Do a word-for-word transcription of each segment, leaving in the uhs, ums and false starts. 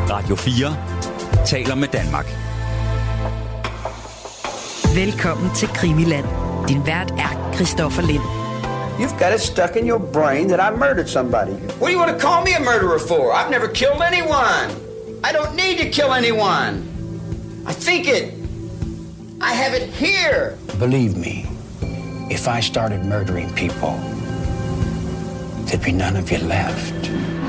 Radio fire taler med Danmark. Velkommen til Krimiland. Din vært er Christoffer Lind. You've got it stuck in your brain that I murdered somebody. What do you want to call me a murderer for? I've never killed anyone. I don't need to kill anyone. I think it. I have it here. Believe me, if I started murdering people, there'd be none of you left.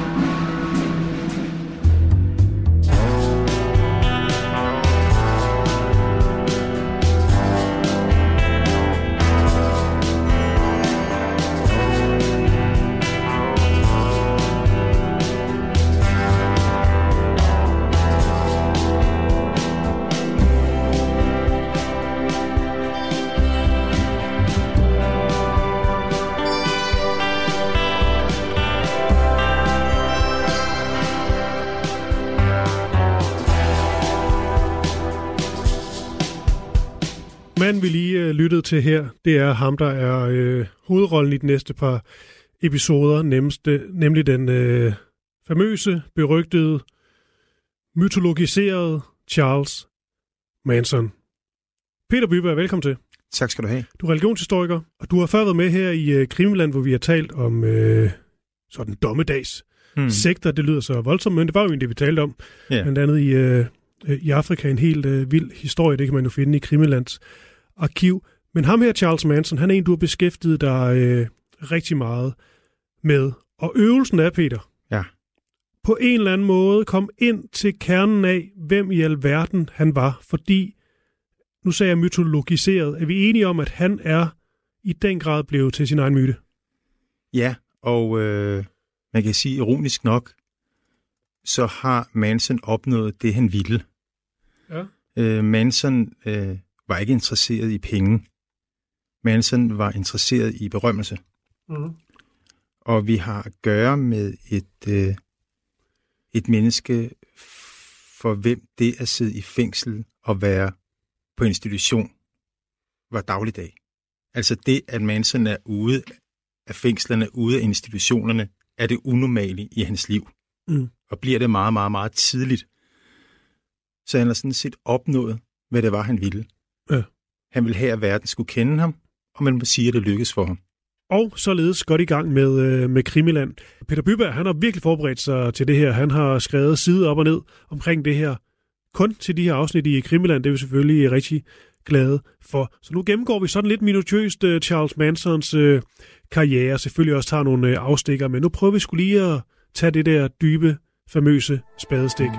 Manden, vi lige øh, lyttede til her, det er ham, der er øh, hovedrollen i de næste par episoder, nemlig, nemlig den øh, famøse, berygtede, mytologiserede Charles Manson. Peter Byberg, velkommen til. Tak skal du have. Du er religionshistoriker, og du har før været med her i øh, Krimiland, hvor vi har talt om øh, sådan dommedags hmm. sekter. Det lyder så voldsomt, men det var jo egentlig det, vi talte om. Yeah. Blandt andet i, øh, i Afrika, en helt øh, vild historie, det kan man jo finde i Krimilands arkiv. Men ham her, Charles Manson, han er en, du har beskæftiget dig øh, rigtig meget med. Og øvelsen er, Peter, ja. på en eller anden måde kom ind til kernen af, hvem i alverden han var. Fordi, nu sagde jeg mytologiseret, er vi enige om, at han er i den grad blevet til sin egen myte? Ja, og øh, man kan sige ironisk nok, så har Manson opnået det, han ville. Ja. Øh, Manson øh, var ikke interesseret i penge. Manson var interesseret i berømmelse. Mm. Og vi har at gøre med et, øh, et menneske, for hvem det at sidde i fængsel og være på institution var dagligdag. Altså det, at Manson er ude af fængslerne, ude af institutionerne, er det unormale i hans liv. Mm. Og bliver det meget, meget, meget tidligt. Så han har sådan set opnået, hvad det var, han ville. Ja. Han ville have, at verden skulle kende ham, og man må sige, at det lykkedes for ham. Og således godt i gang med, øh, med Krimiland. Peter Byberg, han har virkelig forberedt sig til det her. Han har skrevet side op og ned omkring det her. Kun til de her afsnit i Krimiland, det er vi selvfølgelig rigtig glade for. Så nu gennemgår vi sådan lidt minutiøst uh, Charles Mansons uh, karriere. Selvfølgelig også tager nogle uh, afstikker, men nu prøver vi skulle lige at tage det der dybe, famøse spadestik.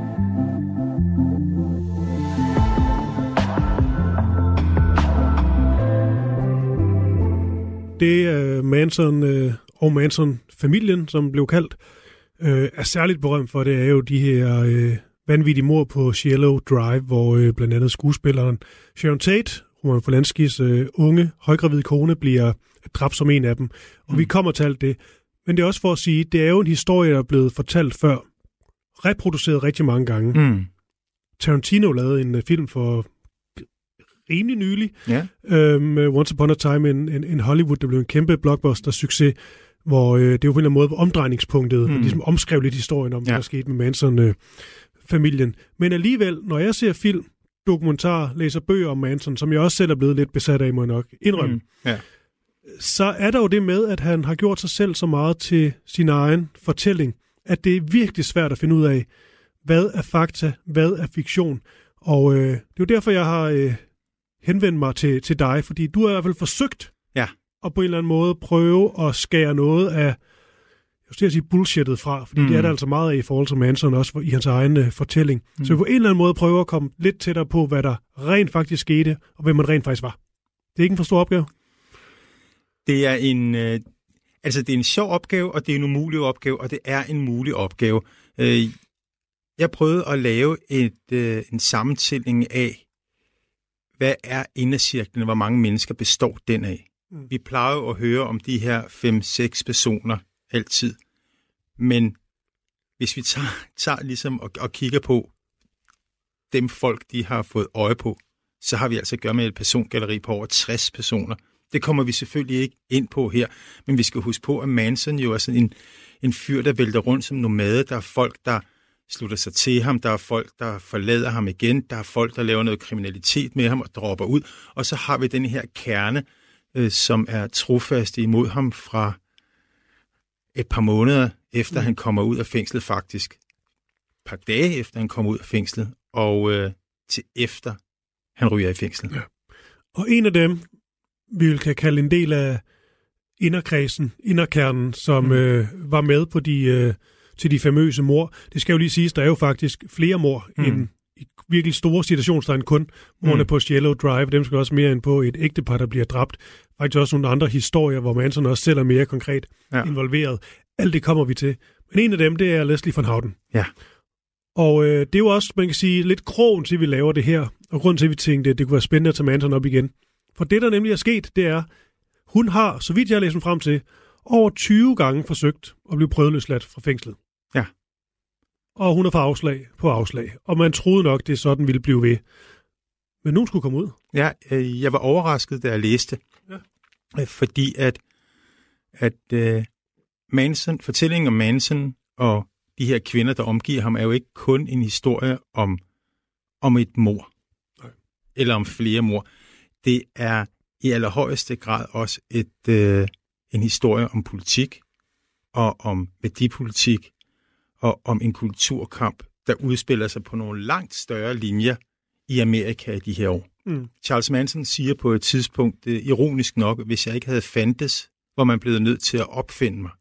Det er uh, Manson uh, og Manson-familien, som blev kaldt, uh, er særligt berømt for. Det er jo de her uh, vanvittige mord på Cielo Drive, hvor uh, blandt andet skuespilleren Sharon Tate, Roman Polanskis uh, unge, højgravide kone, bliver dræbt som en af dem. Og mm. vi kommer til alt det. Men det er også for at sige, det er jo en historie, der er blevet fortalt før. Reproduceret rigtig mange gange. Mm. Tarantino lavede en uh, film for rimelig nylig. Yeah. Um, Once Upon a Time in, in, in Hollywood, der blev en kæmpe blockbuster-succes, hvor øh, det var på en eller anden måde omdrejningspunktet, mm. og ligesom omskrev lidt historien om, ja. hvad der skete med Manson-familien. Øh, Men alligevel, når jeg ser film, dokumentar, læser bøger om Manson, som jeg også selv er blevet lidt besat af, må jeg nok indrømme, mm. ja. så er der jo det med, at han har gjort sig selv så meget til sin egen fortælling, at det er virkelig svært at finde ud af, hvad er fakta, hvad er fiktion. Og øh, det er jo derfor, jeg har øh, henvendt mig til, til dig, fordi du har i hvert fald forsøgt ja. at på en eller anden måde prøve at skære noget af, jeg skal sige, bullshittet fra, fordi mm. det er der altså meget af i forhold til Manson, også i hans egen øh, fortælling. Mm. Så vi på en eller anden måde prøver at komme lidt tættere på, hvad der rent faktisk skete, og hvem man rent faktisk var. Det er ikke en for stor opgave? Det er en, øh, altså det er en sjov opgave, og det er en umulig opgave, og det er en mulig opgave. Øh, jeg prøvede at lave et, øh, en sammentælling af, hvad er indercirklen, hvor mange mennesker består den af. Mm. Vi plejer jo at høre om de her fem seks personer altid, men hvis vi tager, tager ligesom og, og kigger på dem folk, de har fået øje på, så har vi altså at gøre med et persongalleri på over tres personer. Det kommer vi selvfølgelig ikke ind på her, men vi skal huske på, at Manson jo er sådan en, en fyr, der vælter rundt som nomade. Der er folk, der slutter sig til ham, der er folk, der forlader ham igen, der er folk, der laver noget kriminalitet med ham og dropper ud, og så har vi den her kerne, øh, som er trofaste imod ham fra et par måneder efter mm. han kommer ud af fængslet, faktisk et par dage efter han kommer ud af fængslet, og øh, til efter han ryger i fængsel. Ja. Og en af dem, vi vil kan kalde en del af inderkredsen, inderkernen, som mm. øh, var med på de, øh, til de famøse mord. Det skal jo lige siges, der er jo faktisk flere mord mm. end i virkelig store situationstegn kun mordene mm. på Cielo Drive. Dem skal også mere ind på et ægtepar, der bliver dræbt. Faktisk også nogle andre historier, hvor Manson også selv er mere konkret ja. involveret. Alt det kommer vi til. Men en af dem, det er Leslie von Houten. Ja. Og øh, det er jo også, man kan sige, lidt krogen til, at vi laver det her. Og grunden til, at vi tænkte, at det kunne være spændende at tage Manson op igen. For det, der nemlig er sket, det er, hun har, så vidt jeg har læst frem til, over tyve gange forsøgt at blive prøveløsladt fra fængslet. Ja. Og hun har fået afslag på afslag. Og man troede nok, det er sådan ville blive ved. Men nogen skulle komme ud. Ja, øh, jeg var overrasket, da jeg læste. Ja. Øh, fordi at, at øh, Manson, fortællingen om Manson og de her kvinder, der omgiver ham, er jo ikke kun en historie om, om et mord. Nej. Eller om flere mord. Det er i allerhøjeste grad også et, øh, en historie om politik og om værdipolitik og om en kulturkamp, der udspiller sig på nogle langt større linjer i Amerika i de her år. Mm. Charles Manson siger på et tidspunkt, øh, ironisk nok, hvis jeg ikke havde fandtes, var man blevet nødt til at opfinde mig.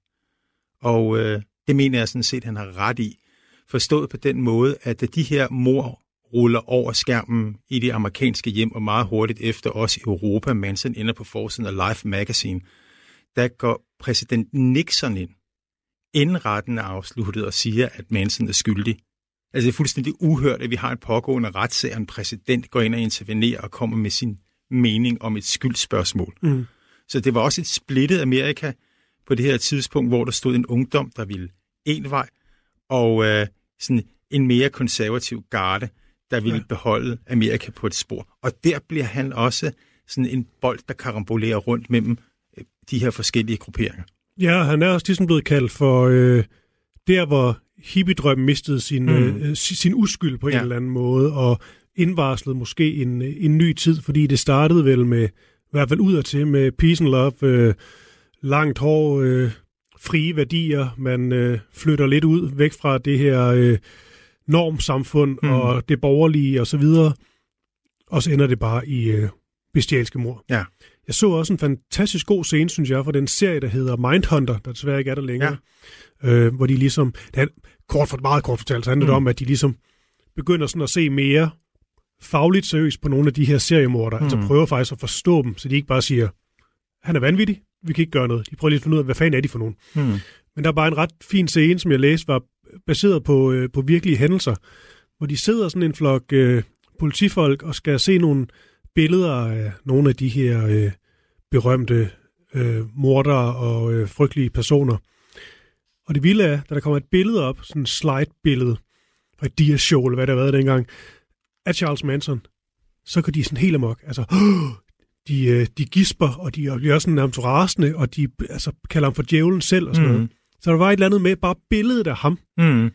Og øh, det mener jeg sådan set, han har ret i. Forstået på den måde, at de her mord ruller over skærmen i de amerikanske hjem, og meget hurtigt efter også i Europa. Manson ender på forsiden af Life Magazine. Der går præsident Nixon ind, inden retten er afsluttet, og siger, at Manson er skyldig. Altså det er fuldstændig uhørt, at vi har en pågående retssag, og en præsident går ind og intervenerer og kommer med sin mening om et skyldspørgsmål. Mm. Så det var også et splittet Amerika på det her tidspunkt, hvor der stod en ungdom, der ville en vej, og øh, sådan en mere konservativ garde, der ville ja. beholde Amerika på et spor. Og der bliver han også sådan en bold, der karambolerer rundt mellem øh, de her forskellige grupperinger. Ja, han er også ligesom blevet kaldt for øh, der, hvor hippiedrømmen mistede sin, mm. øh, sin uskyld på en ja. eller anden måde, og indvarslede måske en, en ny tid, fordi det startede vel med, i hvert fald udadtil, med peace and love, øh, langt hår, øh, frie værdier, man øh, flytter lidt ud, væk fra det her øh, normsamfund mm. og det borgerlige og så videre, og så ender det bare i øh, bestialske mord. Ja. Jeg så også en fantastisk god scene, synes jeg, for den serie, der hedder Mindhunter, der desværre ikke er der længere, ja. øh, hvor de ligesom, det er kort for, meget kort fortalt, så handler det mm. om, at de ligesom begynder sådan at se mere fagligt seriøst på nogle af de her seriemordere, mm. altså prøver faktisk at forstå dem, så de ikke bare siger, han er vanvittig, vi kan ikke gøre noget. De prøver lige at finde ud af, hvad fanden er de for nogen. Mm. Men der er bare en ret fin scene, som jeg læste, var baseret på, øh, på virkelige hændelser, hvor de sidder sådan en flok øh, politifolk og skal se nogle billeder af nogle af de her øh, berømte øh, mordere og øh, frygtelige personer. Og det vilde er, da der kommer et billede op, sådan et slide-billede fra et dia-show, eller hvad der har været dengang, af Charles Manson, så går de sådan helt amok. Altså, de, de gisper, og de bliver også nærmest rasende, og de altså, kalder ham for djævlen selv og sådan mm. noget. Så der var et eller andet med bare billedet af ham. Mm.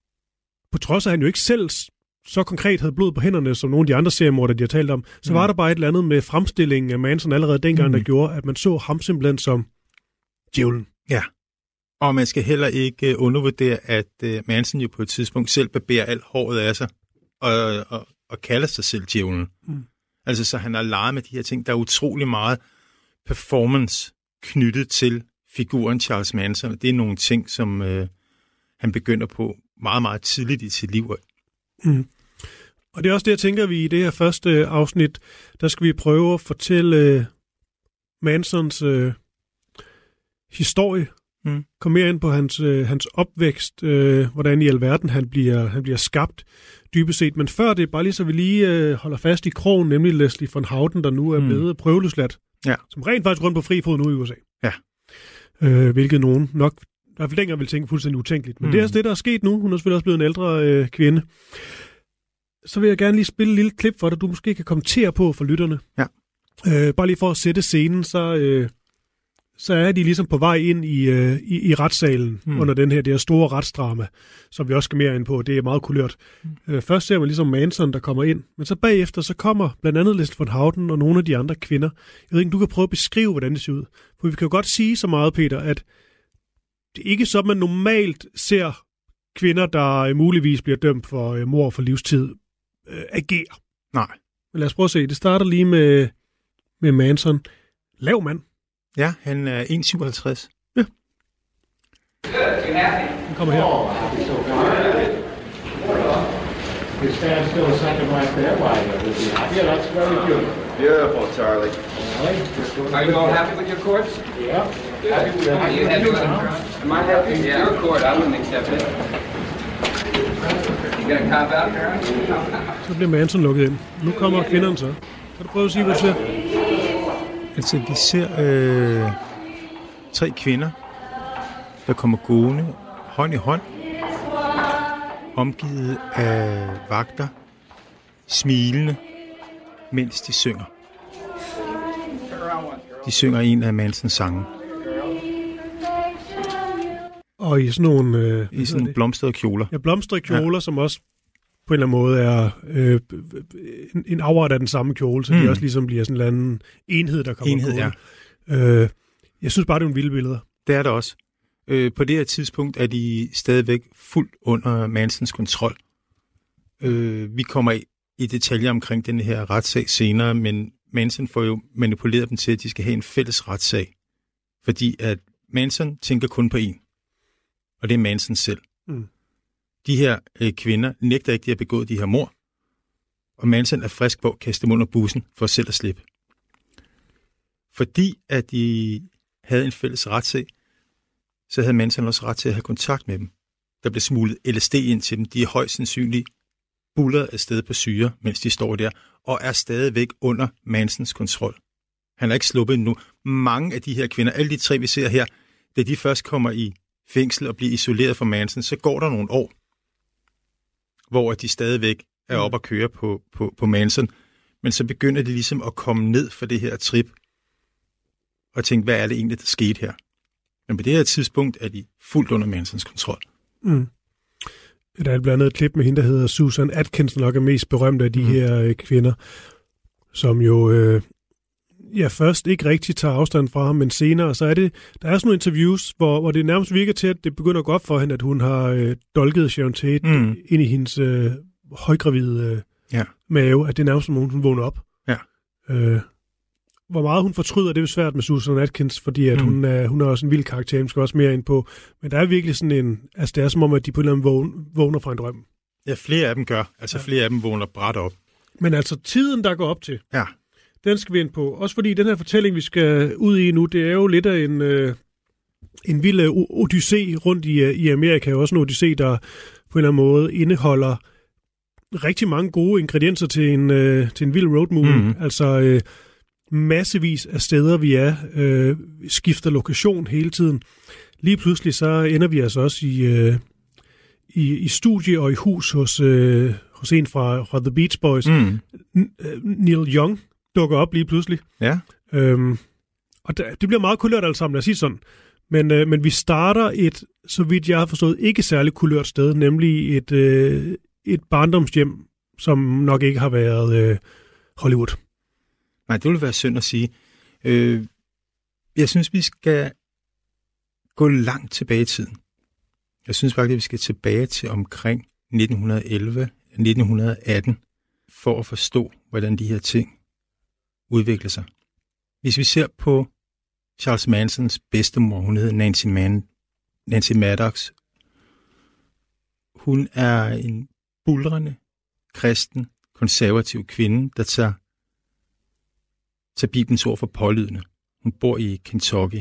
På trods af, at han jo ikke selv så konkret havde blod på hænderne, som nogle af de andre seriemordere, de har talt om, så mm. var der bare et eller andet med fremstillingen af Manson allerede dengang, mm. der gjorde, at man så ham simpelthen som djævlen. Ja, og man skal heller ikke undervurdere, at uh, Manson jo på et tidspunkt selv barberer alt håret af sig, og, og, og kalder sig selv djævlen. Mm. Altså, så han har leget med de her ting. Der er utrolig meget performance knyttet til figuren Charles Manson. Det er nogle ting, som øh, han begynder på meget, meget tidligt i sit liv. Mm. Og det er også det, jeg tænker, vi i det her første afsnit, der skal vi prøve at fortælle øh, Mansons øh, historie. Mm. Kom mere ind på hans, øh, hans opvækst, øh, hvordan i alverden han bliver, han bliver skabt dybest set. Men før det, bare lige så vi lige øh, holder fast i krogen, nemlig Leslie von Houten, der nu er blevet mm. prøveløsladt. Ja. Som rent faktisk rundt på fri fod nu i U S A. Ja. Øh, hvilket nogen nok, i hvert fald dengang ville tænke fuldstændig utænkeligt. Men mm. det er altså det, der er sket nu. Hun er selvfølgelig også blevet en ældre øh, kvinde. Så vil jeg gerne lige spille et lille klip for dig, du måske kan kommentere på for lytterne. Ja. Øh, bare lige for at sætte scenen, så, øh, så er de ligesom på vej ind i, øh, i, i retssalen mm. under den her, det her store retsdrama, som vi også skal mere ind på. Det er meget kulørt. Mm. Øh, først ser man ligesom Manson, der kommer ind, men så bagefter, så kommer blandt andet Leslie von Houten og nogle af de andre kvinder. Jeg ved ikke, du kan prøve at beskrive, hvordan det ser ud. For vi kan jo godt sige så meget, Peter, at det er ikke så, man normalt ser kvinder, der muligvis bliver dømt for øh, mord for livstid, øh, agere. Nej. Men lad os prøve at se. Det starter lige med, med Manson. Lav mand. Ja, han er en komma syvoghalvtreds. Ja. Han kommer her. You stand still a second like that, why? Yeah, that's very good. Beautiful, Charlie. Are you all happy with your courts? Yeah. Happy with Are you happy with it? Am I happy? Yeah. Your court, I wouldn't accept it. You got a cop out there? Så bliver Manson lukket ind. Nu kommer kvinderne så. Kan du prøve at sige, hvad du ser? Altså, vi ser øh, tre kvinder, der kommer gående hånd i hånd, omgivet af vagter, smilende, mens de synger. De synger en af Mansons sange. Og i sådan nogle... Øh, I sådan nogle blomstrede kjoler. Ja, blomstrede kjoler, ja. Som også på en eller anden måde er øh, en, en afret af den samme kjole, så mm. de også ligesom bliver sådan en eller anden enhed, der kommer enhed, gående. Ja. Øh, jeg synes bare, det er nogle vilde billeder. Det er det også. Øh, på det her tidspunkt er de stadigvæk fuldt under Mansons kontrol. Øh, vi kommer i, i detaljer omkring den her retssag senere, men Manson får jo manipuleret dem til, at de skal have en fælles retssag. Fordi at Manson tænker kun på én. Og det er Manson selv. Mm. De her øh, kvinder nægter ikke, de har begået de her mord. Og Manson er frisk på at kaste dem under bussen for selv at slippe. Fordi at de havde en fælles retssag, så havde Manson også ret til at have kontakt med dem. Der blev smuglet L S D ind til dem. De er højst sandsynligt bullet afsted på syre, mens de står der, og er stadigvæk under Mansons kontrol. Han er ikke sluppet endnu. Mange af de her kvinder, alle de tre, vi ser her, da de først kommer i fængsel og bliver isoleret fra Manson, så går der nogle år, hvor de stadigvæk er oppe at køre på, på, på Manson. Men så begynder de ligesom at komme ned for det her trip, og tænke, hvad er det egentlig, der skete her? Men på det her tidspunkt er de fuldt under Mansons kontrol. Mm. Der er blandt andet et klip med hende, der hedder Susan Atkins, nok er mest berømt af de mm. her øh, kvinder, som jo øh, ja, først ikke rigtig tager afstand fra ham, men senere, så er det, der er sådan nogle interviews, hvor, hvor det nærmest virker til, at det begynder at gå op for hende, at hun har øh, dolket Sharon Tate mm. ind i hendes øh, højgravide øh, ja. mave, at det er nærmest som hun, hun vågner op. Ja. Øh, Hvor meget hun fortryder, det er svært med Susan Atkins, fordi at mm. hun, er, hun er også en vild karakter, hun skal også mere ind på. Men der er virkelig sådan en... Altså, det er som om, at de på en eller anden vågner, vågner fra en drøm. Ja, flere af dem gør. Altså, ja. flere af dem vågner bræt op. Men altså, tiden, der går op til, ja. den skal vi ind på. Også fordi den her fortælling, vi skal ud i nu, det er jo lidt af en, øh, en vild øh, odyssé rundt i, øh, i Amerika. Også en odyssé, der på en eller anden måde indeholder rigtig mange gode ingredienser til en, øh, til en vild road movie. Mm. Altså... Øh, massevis af steder, vi er, øh, skifter lokation hele tiden. Lige pludselig så ender vi altså også i, øh, i, i studie og i hus hos, øh, hos en fra, fra The Beach Boys. Mm. Neil Young dukker op lige pludselig. Ja. Øhm, og der, det bliver meget kulørt alt sammen, lad os sige sådan. Men, øh, men vi starter et, så vidt jeg har forstået, ikke særlig kulørt sted, nemlig et, øh, et barndomshjem, som nok ikke har været øh, Hollywood. Nej, det ville være synd at sige. Øh, jeg synes, vi skal gå langt tilbage i tiden. Jeg synes faktisk, at vi skal tilbage til omkring nitten elleve nitten atten for at forstå, hvordan de her ting udvikler sig. Hvis vi ser på Charles Mansons bedstemor, hun hedder Nancy, Man, Nancy Maddox. Hun er en buldrende, kristen, konservativ kvinde, der tager tager Bibelens ord for pålydende. Hun bor i Kentucky.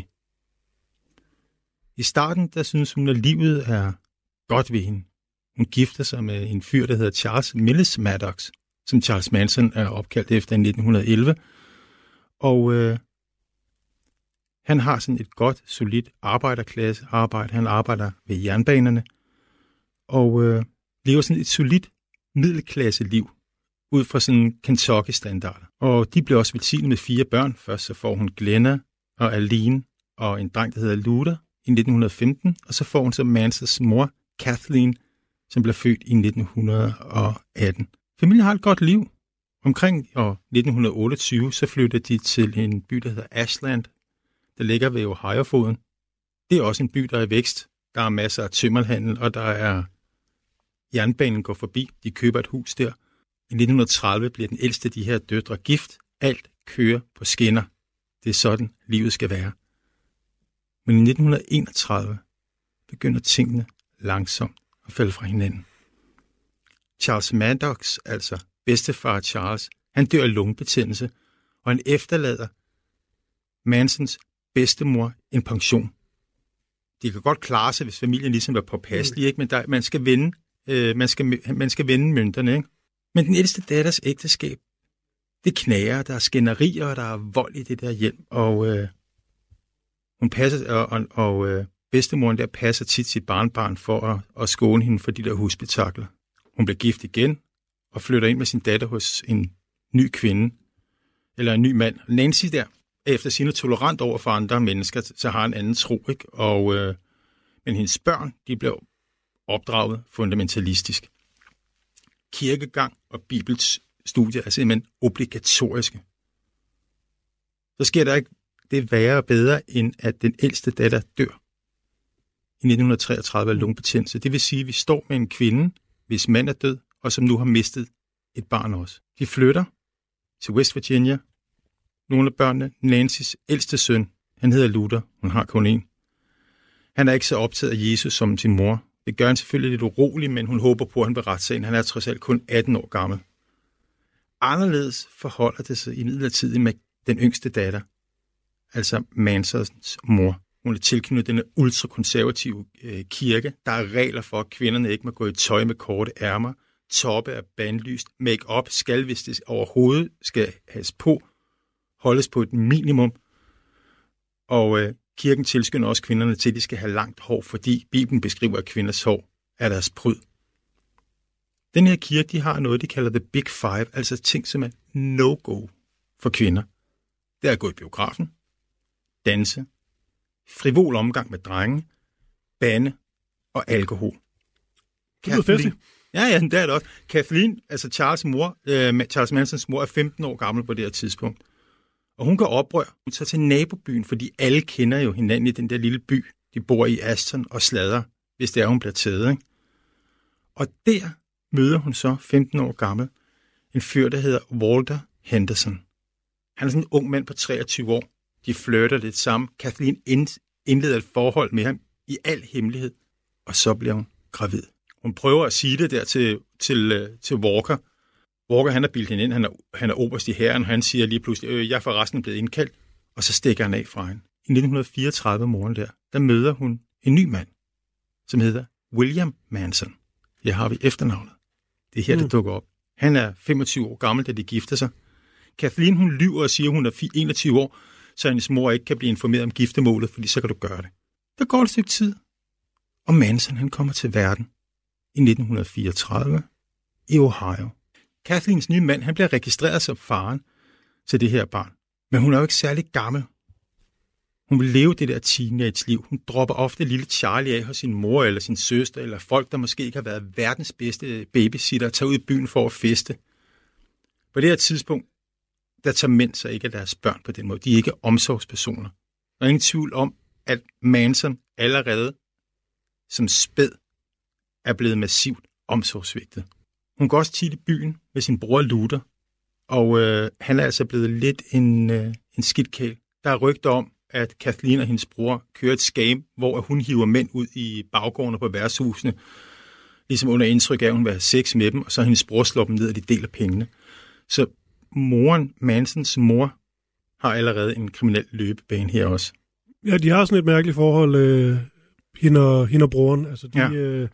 I starten, der synes hun, at livet er godt ved hende. Hun gifter sig med en fyr, der hedder Charles Mills Maddox, som Charles Manson er opkaldt efter i nitten elleve. Og øh, han har sådan et godt, solidt arbejderklasse arbejde. Han arbejder ved jernbanerne og øh, lever sådan et solidt middelklasse liv ud fra sådan Kentucky-standarder. Og de bliver også velsignet med fire børn. Først så får hun Glenna og Aline, og en dreng, der hedder Luther, i nitten femten, og så får hun så Mansons mor, Kathleen, som blev født i nitten atten. Familien har et godt liv. Omkring år nitten otteogtyve, så flytter de til en by, der hedder Ashland, der ligger ved Ohio-floden. Det er også en by, der er i vækst. Der er masser af tømmerhandel, og der er jernbanen går forbi. De køber et hus der. I nitten tredive bliver den ældste af de her døtre gift. Alt kører på skinner. Det er sådan, livet skal være. Men i nitten enogtredive begynder tingene langsomt at falde fra hinanden. Charles Maddox, altså bedstefar Charles, han dør af lungebetændelse, og han efterlader Mansons bedstemor en pension. De kan godt klare sig, hvis familien ligesom var påpasselig, ikke? Men der, man skal vende, øh, man skal, man skal vende mønterne, ikke? Men den ældste datters ægteskab, det knager, der er skænderier, og der er vold i det der hjem, og øh, hun passer, og, og, og øh, bedstemoren der passer tit sit barnbarn for at, at skåne hende for de der husspektakler. Hun bliver gift igen, og flytter ind med sin datter hos en ny kvinde, eller en ny mand. Nancy der, efter sine tolerant over for andre mennesker, så har en anden tro, ikke? Og, øh, men hendes børn, de bliver opdraget fundamentalistisk. Kirkegang og bibels studier er simpelthen obligatoriske. Så sker der ikke det værre og bedre, end at den ældste datter dør i nitten treogtredive af lungebetændelse. Det vil sige, at vi står med en kvinde, hvis mand er død, og som nu har mistet et barn også. De flytter til West Virginia. Nogle af børnene, Nancys ældste søn, han hedder Luther, hun har kun en. Han er ikke så optaget af Jesus som sin mor. Det gør han selvfølgelig lidt urolig, men hun håber på, at han vil rette sagen. Han er trods alt kun atten år gammel. Anderledes forholder det sig imidlertid med den yngste datter, altså Mansons mor. Hun er tilknyttet den ultrakonservative øh, kirke. Der er regler for, at kvinderne ikke må gå i tøj med korte ærmer. Toppe er bandlyst. Make-up skal, hvis det overhovedet skal has på, holdes på et minimum. Og øh, kirken tilskynder også kvinderne til, at de skal have langt hår, fordi Bibelen beskriver, at kvinders hår er deres pryd. Den her kirke, de har noget, de kalder The Big Five, altså ting, som er no-go for kvinder. Det er at gå i biografen, danse, frivol omgang med drenge, bande og alkohol. Det er fedt. Ja, ja, det er det også. Kathleen, altså Charles' mor, øh, Charles Mansons mor, er femten år gammel på det her tidspunkt. Og hun gør oprør. Hun tager til nabobyen, fordi alle kender jo hinanden i den der lille by. De bor i Aston og sladrer, hvis det er, hun bliver taget, ikke? Og der møder hun så, femten år gammel, en fyr, der hedder Walter Henderson. Han er sådan en ung mand på treogtyve år. De flirter lidt sammen. Kathleen indleder et forhold med ham i al hemmelighed, og så bliver hun gravid. Hun prøver at sige det der til, til, til Walker. Walker, han har bildt hende ind, han er, han er oberst i hæren, og han siger lige pludselig, øh, jeg er forresten blevet indkaldt, og så stikker han af fra hende. I nitten fireogtredive morgen der, der møder hun en ny mand, som hedder William Manson. Her har vi efternavnet. Det er her, mm. det dukker op. Han er femogtyve år gammel, da de gifter sig. Kathleen, hun lyver og siger, hun er enogtyve år, så hendes mor ikke kan blive informeret om giftermålet, fordi så kan du gøre det. Der går et stykke tid, og Manson, han kommer til verden i nitten fireogtredive i Ohio. Kathleens nye mand, han bliver registreret som faren til det her barn. Men hun er jo ikke særlig gammel. Hun vil leve det der teenage-liv. Hun dropper ofte lille Charlie af hos sin mor eller sin søster, eller folk, der måske ikke har været verdens bedste babysitter, og tager ud i byen for at feste. På det her tidspunkt, der tager mænd sig ikke af deres børn på den måde. De er ikke omsorgspersoner. Der er ingen tvivl om, at Manson allerede som spæd er blevet massivt omsorgsvigtet. Hun går også tit i byen med sin bror Luther, og øh, han er altså blevet lidt en, øh, en skidtkæl. Der er rygter om, at Kathleen og hendes bror kører et scam, hvor hun hiver mænd ud i baggårdene på værtshusene, ligesom under indtryk af, at hun vil have sex med dem, og så hendes bror slår dem ned, og de deler pengene. Så moren, Mansons mor, har allerede en kriminel løbebane her også. Ja, de har sådan et mærkeligt forhold, øh, hende, og, hende og broren. Altså, de, ja. øh,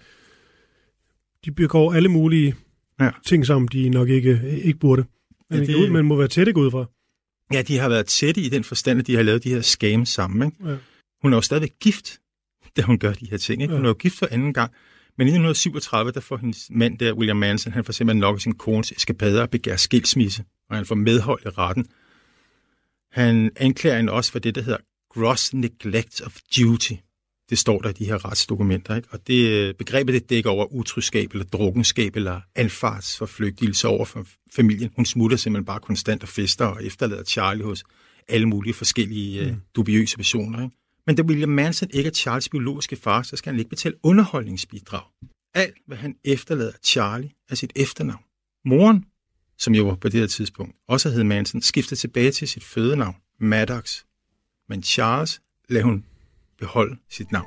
de begår alle mulige ja. ting, som de nok ikke, ikke burde. Men, ja, det, ud, men må være tætte ud fra. Ja, de har været tætte i den forstand, at de har lavet de her scams sammen. Ikke? Ja. Hun er jo stadigvæk gift, da hun gør de her ting. Ikke? Hun ja. er jo gift for anden gang. Men i nitten syvogtredive, der får hendes mand der, William Manson, han får simpelthen nok af sin kones eskapader og begærer skilsmisse, og han får medhold i retten. Han anklager hende også for det, der hedder gross neglect of duty. Det står der i de her retsdokumenter, ikke? Og det begrebet det dækker over utroskab eller drukkenskab eller anfartsforflygtigelse over for familien. Hun smutter simpelthen bare konstant og fester og efterlader Charlie hos alle mulige forskellige mm. dubiøse personer, ikke? Men da William Manson ikke er Charlies biologiske far, så skal han ikke betale underholdningsbidrag. Alt, hvad han efterlader Charlie, er sit efternavn. Moren, som jo var på det her tidspunkt også hed Manson, skiftede tilbage til sit fødenavn, Maddox. Men Charles lader hun beholde sit navn.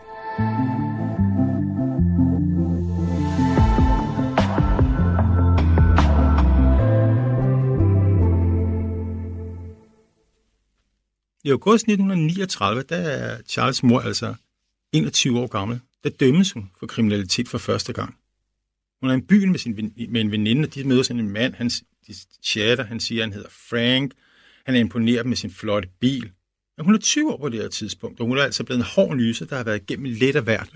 I august nitten niogtredive, der er Charles' mor altså enogtyve år gammel. Der dømmes hun for kriminalitet for første gang. Hun er i byen med, sin, med en veninde, og de møder sådan en mand, han, de chatter, han siger, han hedder Frank. Han er imponeret med sin flotte bil. Men hun er tyve år på det her tidspunkt, og hun er altså blevet en hård nyser, der har været igennem lidt af hvert.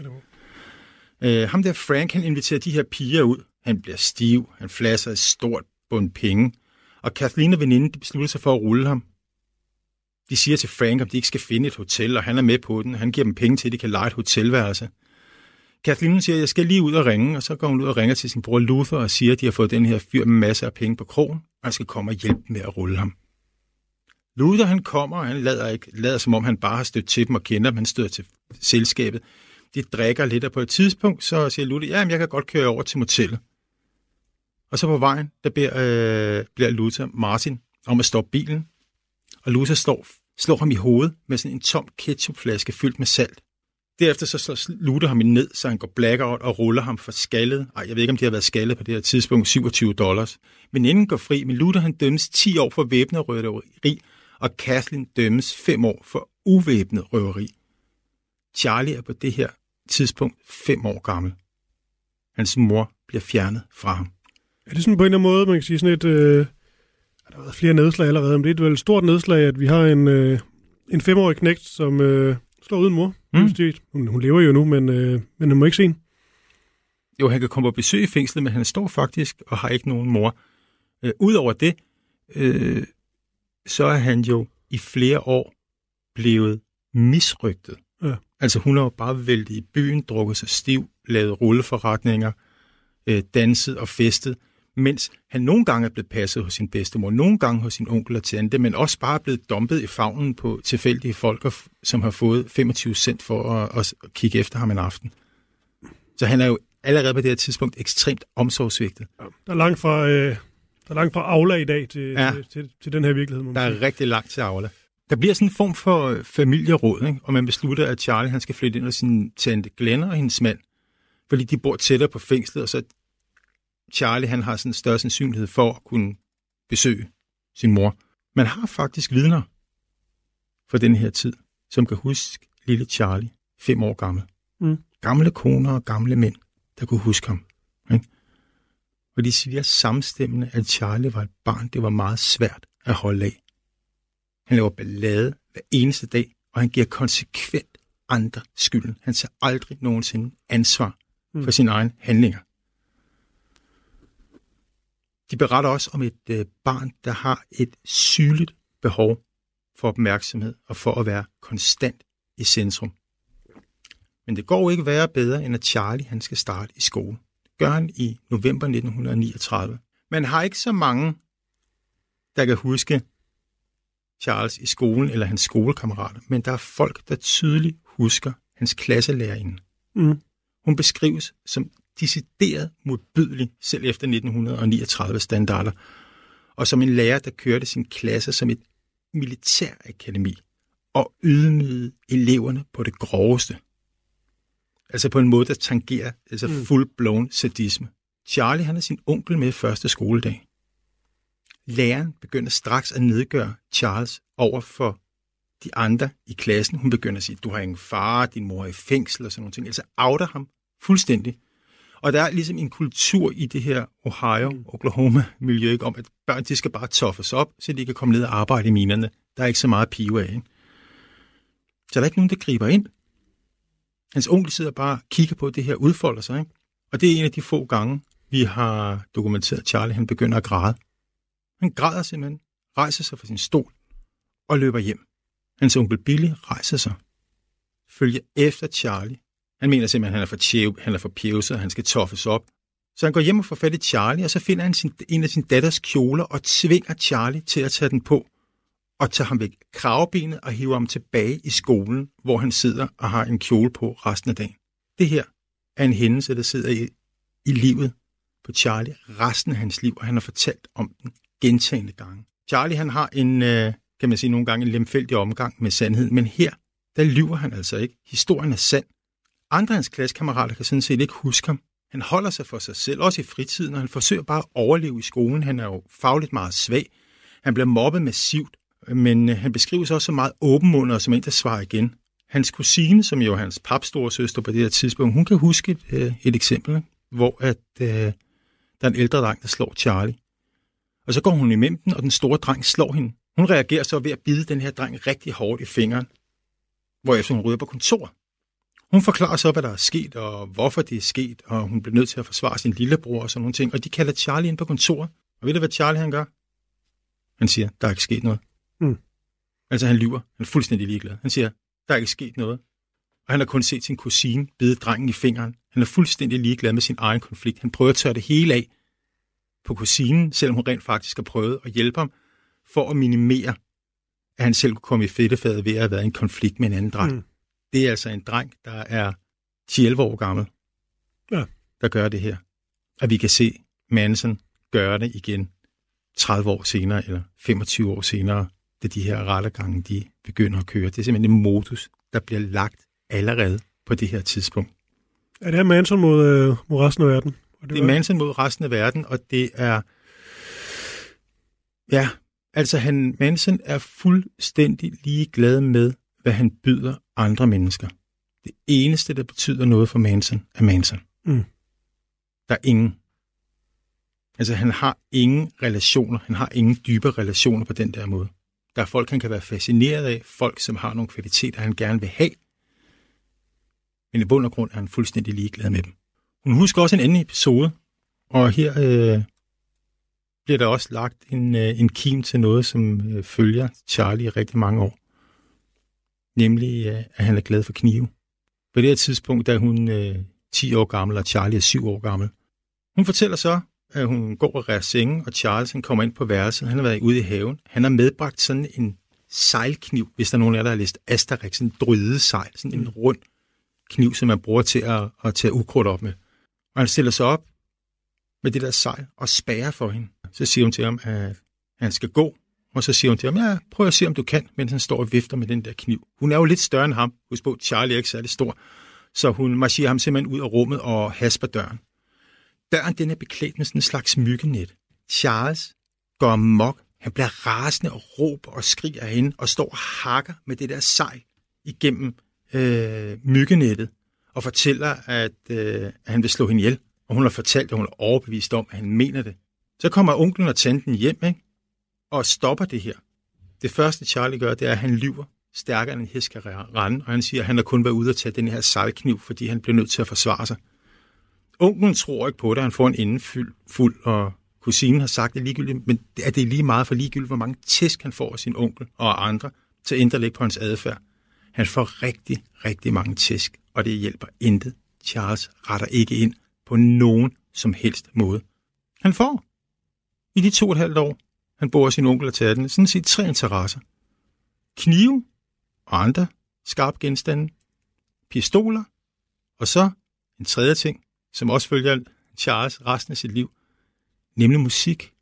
Øh, ham der Frank, han inviterer de her piger ud. Han bliver stiv, han flasser et stort bund penge, og Kathleen og veninden, de beslutter sig for at rulle ham. De siger til Frank, om de ikke skal finde et hotel, og han er med på den. Han giver dem penge til, at de kan leje et hotelværelse. Kathleen siger, at jeg skal lige ud og ringe, og så går hun ud og ringer til sin bror Luther og siger, at de har fået den her fyr med masser af penge på krogen, og han skal komme og hjælpe med at rulle ham. Luther, han kommer, og han lader, ikke, lader som om han bare har stødt til dem og kender dem. Han støder til selskabet. De drikker lidt, og på et tidspunkt, så siger Luther, ja, men jeg kan godt køre over til motellet. Og så på vejen, der beder, øh, bliver Luther Martin om at stoppe bilen, og Luther står, slår ham i hovedet med sådan en tom ketchupflaske fyldt med salt. Derefter så slår Luther ham ned, så han går blackout og ruller ham for skaldet. Ej, jeg ved ikke, om de har været skaldet på det her tidspunkt, syvogtyve dollars. Veninden går fri, men Luther han dømmes ti år for væbnet røveri, og Kathleen dømmes fem år for uvæbnet røveri. Charlie er på det her tidspunkt fem år gammel. Hans mor bliver fjernet fra ham. Er det sådan på en eller anden måde, man kan sige sådan et... Øh, der har været flere nedslag allerede, men det er et stort nedslag, at vi har en, øh, en femårig knægt, som øh, står uden mor. Mm. Hun, hun lever jo nu, men, øh, men han må ikke se hende. Jo, han kan komme på besøg i fængslet, men han står faktisk og har ikke nogen mor. Øh, Udover det, øh, så er han jo i flere år blevet misrygtet. Ja. Altså hun har jo bare væltet i byen, drukket sig stiv, lavet rulleforretninger, øh, danset og festet, mens han nogle gange er blevet passet hos sin bedstemor, nogle gange hos sin onkel og tante, men også bare blevet dumpet i favnen på tilfældige folk, som har fået femogtyve cent for at, at kigge efter ham en aften. Så han er jo allerede på det her tidspunkt ekstremt omsorgsvigtet. Ja, der er langt fra, øh, der er langt fra Aula i dag til, ja. til, til, til den her virkelighed. Der er rigtig langt til Aula. Der bliver sådan en form for familieråd, ikke? Og man beslutter, at Charlie han skal flytte ind hos sin tante Glenn og hendes mand, fordi de bor tættere på fængslet, og så Charlie han har sådan en større sandsynlighed for at kunne besøge sin mor. Man har faktisk vidner for den her tid, som kan huske lille Charlie, fem år gammel. Mm. Gamle koner og gamle mænd, der kunne huske ham. Ikke? Og de siger samstemmende, at Charlie var et barn, det var meget svært at holde af. Han laver ballade hver eneste dag, og han giver konsekvent andre skylden. Han tager aldrig nogensinde ansvar mm. for sine egne handlinger. De beretter også om et øh, barn, der har et sygeligt behov for opmærksomhed og for at være konstant i centrum. Men det går ikke være bedre, end at Charlie han skal starte i skole. Det gør han i november nitten niogtredive. Man har ikke så mange, der kan huske Charles i skolen eller hans skolekammerater, men der er folk, der tydeligt husker hans klasselærerinde. Mm. Hun beskrives som decideret modbydelig, selv efter nitten niogtredive standarder, og som en lærer, der kørte sin klasse som et militærakademi og ydmygede eleverne på det groveste. Altså på en måde, der tangerer altså mm. full-blown sadisme. Charlie han er sin onkel med første skoledag. Læreren begynder straks at nedgøre Charles over for de andre i klassen. Hun begynder at sige, du har ingen far, din mor er i fængsel og sådan nogle ting. Altså outer ham fuldstændig. Og der er ligesom en kultur i det her Ohio-Oklahoma-miljø, ikke, om at børn de skal bare toffes op, så de kan komme ned og arbejde i minerne. Der er ikke så meget pive af. Ikke? Så der er ikke nogen, der griber ind. Hans onkel sidder bare og kigger på, at det her udfolder sig. Ikke? Og det er en af de få gange, vi har dokumenteret, at Charlie han begynder at græde. Han græder simpelthen, rejser sig fra sin stol og løber hjem. Hans onkel Billy rejser sig, følger efter Charlie. Han mener simpelthen, at han er for tjev, han er for pjevset, og han skal toffes op. Så han går hjem og får fat i Charlie, og så finder han sin, en af sin datters kjoler og tvinger Charlie til at tage den på og tager ham væk kravebenet og hiver ham tilbage i skolen, hvor han sidder og har en kjole på resten af dagen. Det her er en hændelse, der sidder i, i livet på Charlie resten af hans liv, og han har fortalt om den gentagne gange. Charlie, han har en, kan man sige nogle gange, en lemfældig omgang med sandheden, men her, der lyver han altså ikke. Historien er sand. Andre af hans klassekammerater kan sådan set ikke huske ham. Han holder sig for sig selv, også i fritiden, og han forsøger bare at overleve i skolen. Han er jo fagligt meget svag. Han bliver mobbet massivt, men han beskrives også så meget åbenmundet og som en, der svarer igen. Hans kusine, som jo er hans papstoresøster på det her tidspunkt, hun kan huske et, et eksempel, ikke? Hvor at, øh, der er en ældre dreng, der slår Charlie. Og så går hun imellem den, og den store dreng slår hende. Hun reagerer så ved at bide den her dreng rigtig hårdt i fingeren, hvorefter hun rydder på kontor. Hun forklarer så, hvad der er sket, og hvorfor det er sket, og hun bliver nødt til at forsvare sin lillebror og sådan nogle ting. Og de kalder Charlie ind på kontoret. Og ved du, hvad Charlie han gør? Han siger, der er ikke sket noget. Mm. Altså han lyver. Han er fuldstændig ligeglad. Han siger, der er ikke sket noget. Og han har kun set sin kusine bide drengen i fingeren. Han er fuldstændig ligeglad med sin egen konflikt. Han prøver at tørre det hele af på kusinen, selvom hun rent faktisk har prøvet at hjælpe ham, for at minimere, at han selv kunne komme i fedtefadet ved at have været i en konflikt med en anden dreng. Mm. Det er altså en dreng, der er ti elleve år gammel, ja. Der gør det her. Og vi kan se Manson gøre det igen tredive år senere, eller femogtyve år senere, da de her rettergange, de begynder at køre. Det er simpelthen en modus, der bliver lagt allerede på det her tidspunkt. Er det her Manson mod, øh, mod resten af verden? Det, det er Manson mod resten af verden, og det er... Ja, altså han, Manson er fuldstændig ligeglad med, hvad han byder andre mennesker. Det eneste, der betyder noget for Manson, er Manson. Mm. Der er ingen. Altså han har ingen relationer, han har ingen dybe relationer på den der måde. Der er folk, han kan være fascineret af, folk, som har nogle kvaliteter, han gerne vil have. Men i bund og grund er han fuldstændig ligeglad med dem. Hun husker også en anden episode, og her øh, bliver der også lagt en, øh, en kim til noget, som øh, følger Charlie i rigtig mange år. Nemlig, øh, at han er glad for knive. På det her tidspunkt, da hun øh, ti år gammel, og Charlie er syv år gammel. Hun fortæller så, at hun går og rærer sengen, og Charles han kommer ind på værelset. Han har været ude i haven. Han har medbragt sådan en sejlkniv, hvis der er nogen af jer, der har læst Asterix, sådan en drydesejl, sådan en rund kniv, som man bruger til at, at tage ukrudt op med. Og han stiller sig op med det der sejl og spærrer for hende. Så siger hun til ham, at han skal gå, og så siger hun til ham, ja, prøv at se, om du kan, mens han står og vifter med den der kniv. Hun er jo lidt større end ham. Husk på, Charlie er ikke særlig stor. Så hun marcherer ham simpelthen ud af rummet og hasper døren. Døren, den er beklædt med sådan en slags myggenet. Charles går amok. Han bliver rasende og råber og skriger af hende, og står og hakker med det der sejl igennem øh, myggenettet, og fortæller, at, øh, at han vil slå hende ihjel. Og hun har fortalt, at hun er overbevist om, at han mener det. Så kommer onklen og tanten hjem, ikke? Og stopper det her. Det første, Charlie gør, det er, at han lyver stærkere end en hest kan rende, og han siger, at han har kun været ude at tage den her sejlkniv, fordi han bliver nødt til at forsvare sig. Onklen tror ikke på det, han får en ende fuld, fuld og kusinen har sagt det ligegyldigt, men er det lige meget for ligegyldigt, hvor mange tæsk han får af sin onkel og andre til at ændre lidt på hans adfærd. Han får rigtig, rigtig mange tæsk, og det hjælper intet. Charles retter ikke ind på nogen som helst måde. Han får i de to og et halvt år, han bor sin onkel og tanten, sådan set tre interesser. Knive og andre skarpe genstande, pistoler, og så en tredje ting, som også følger Charles resten af sit liv, nemlig musik.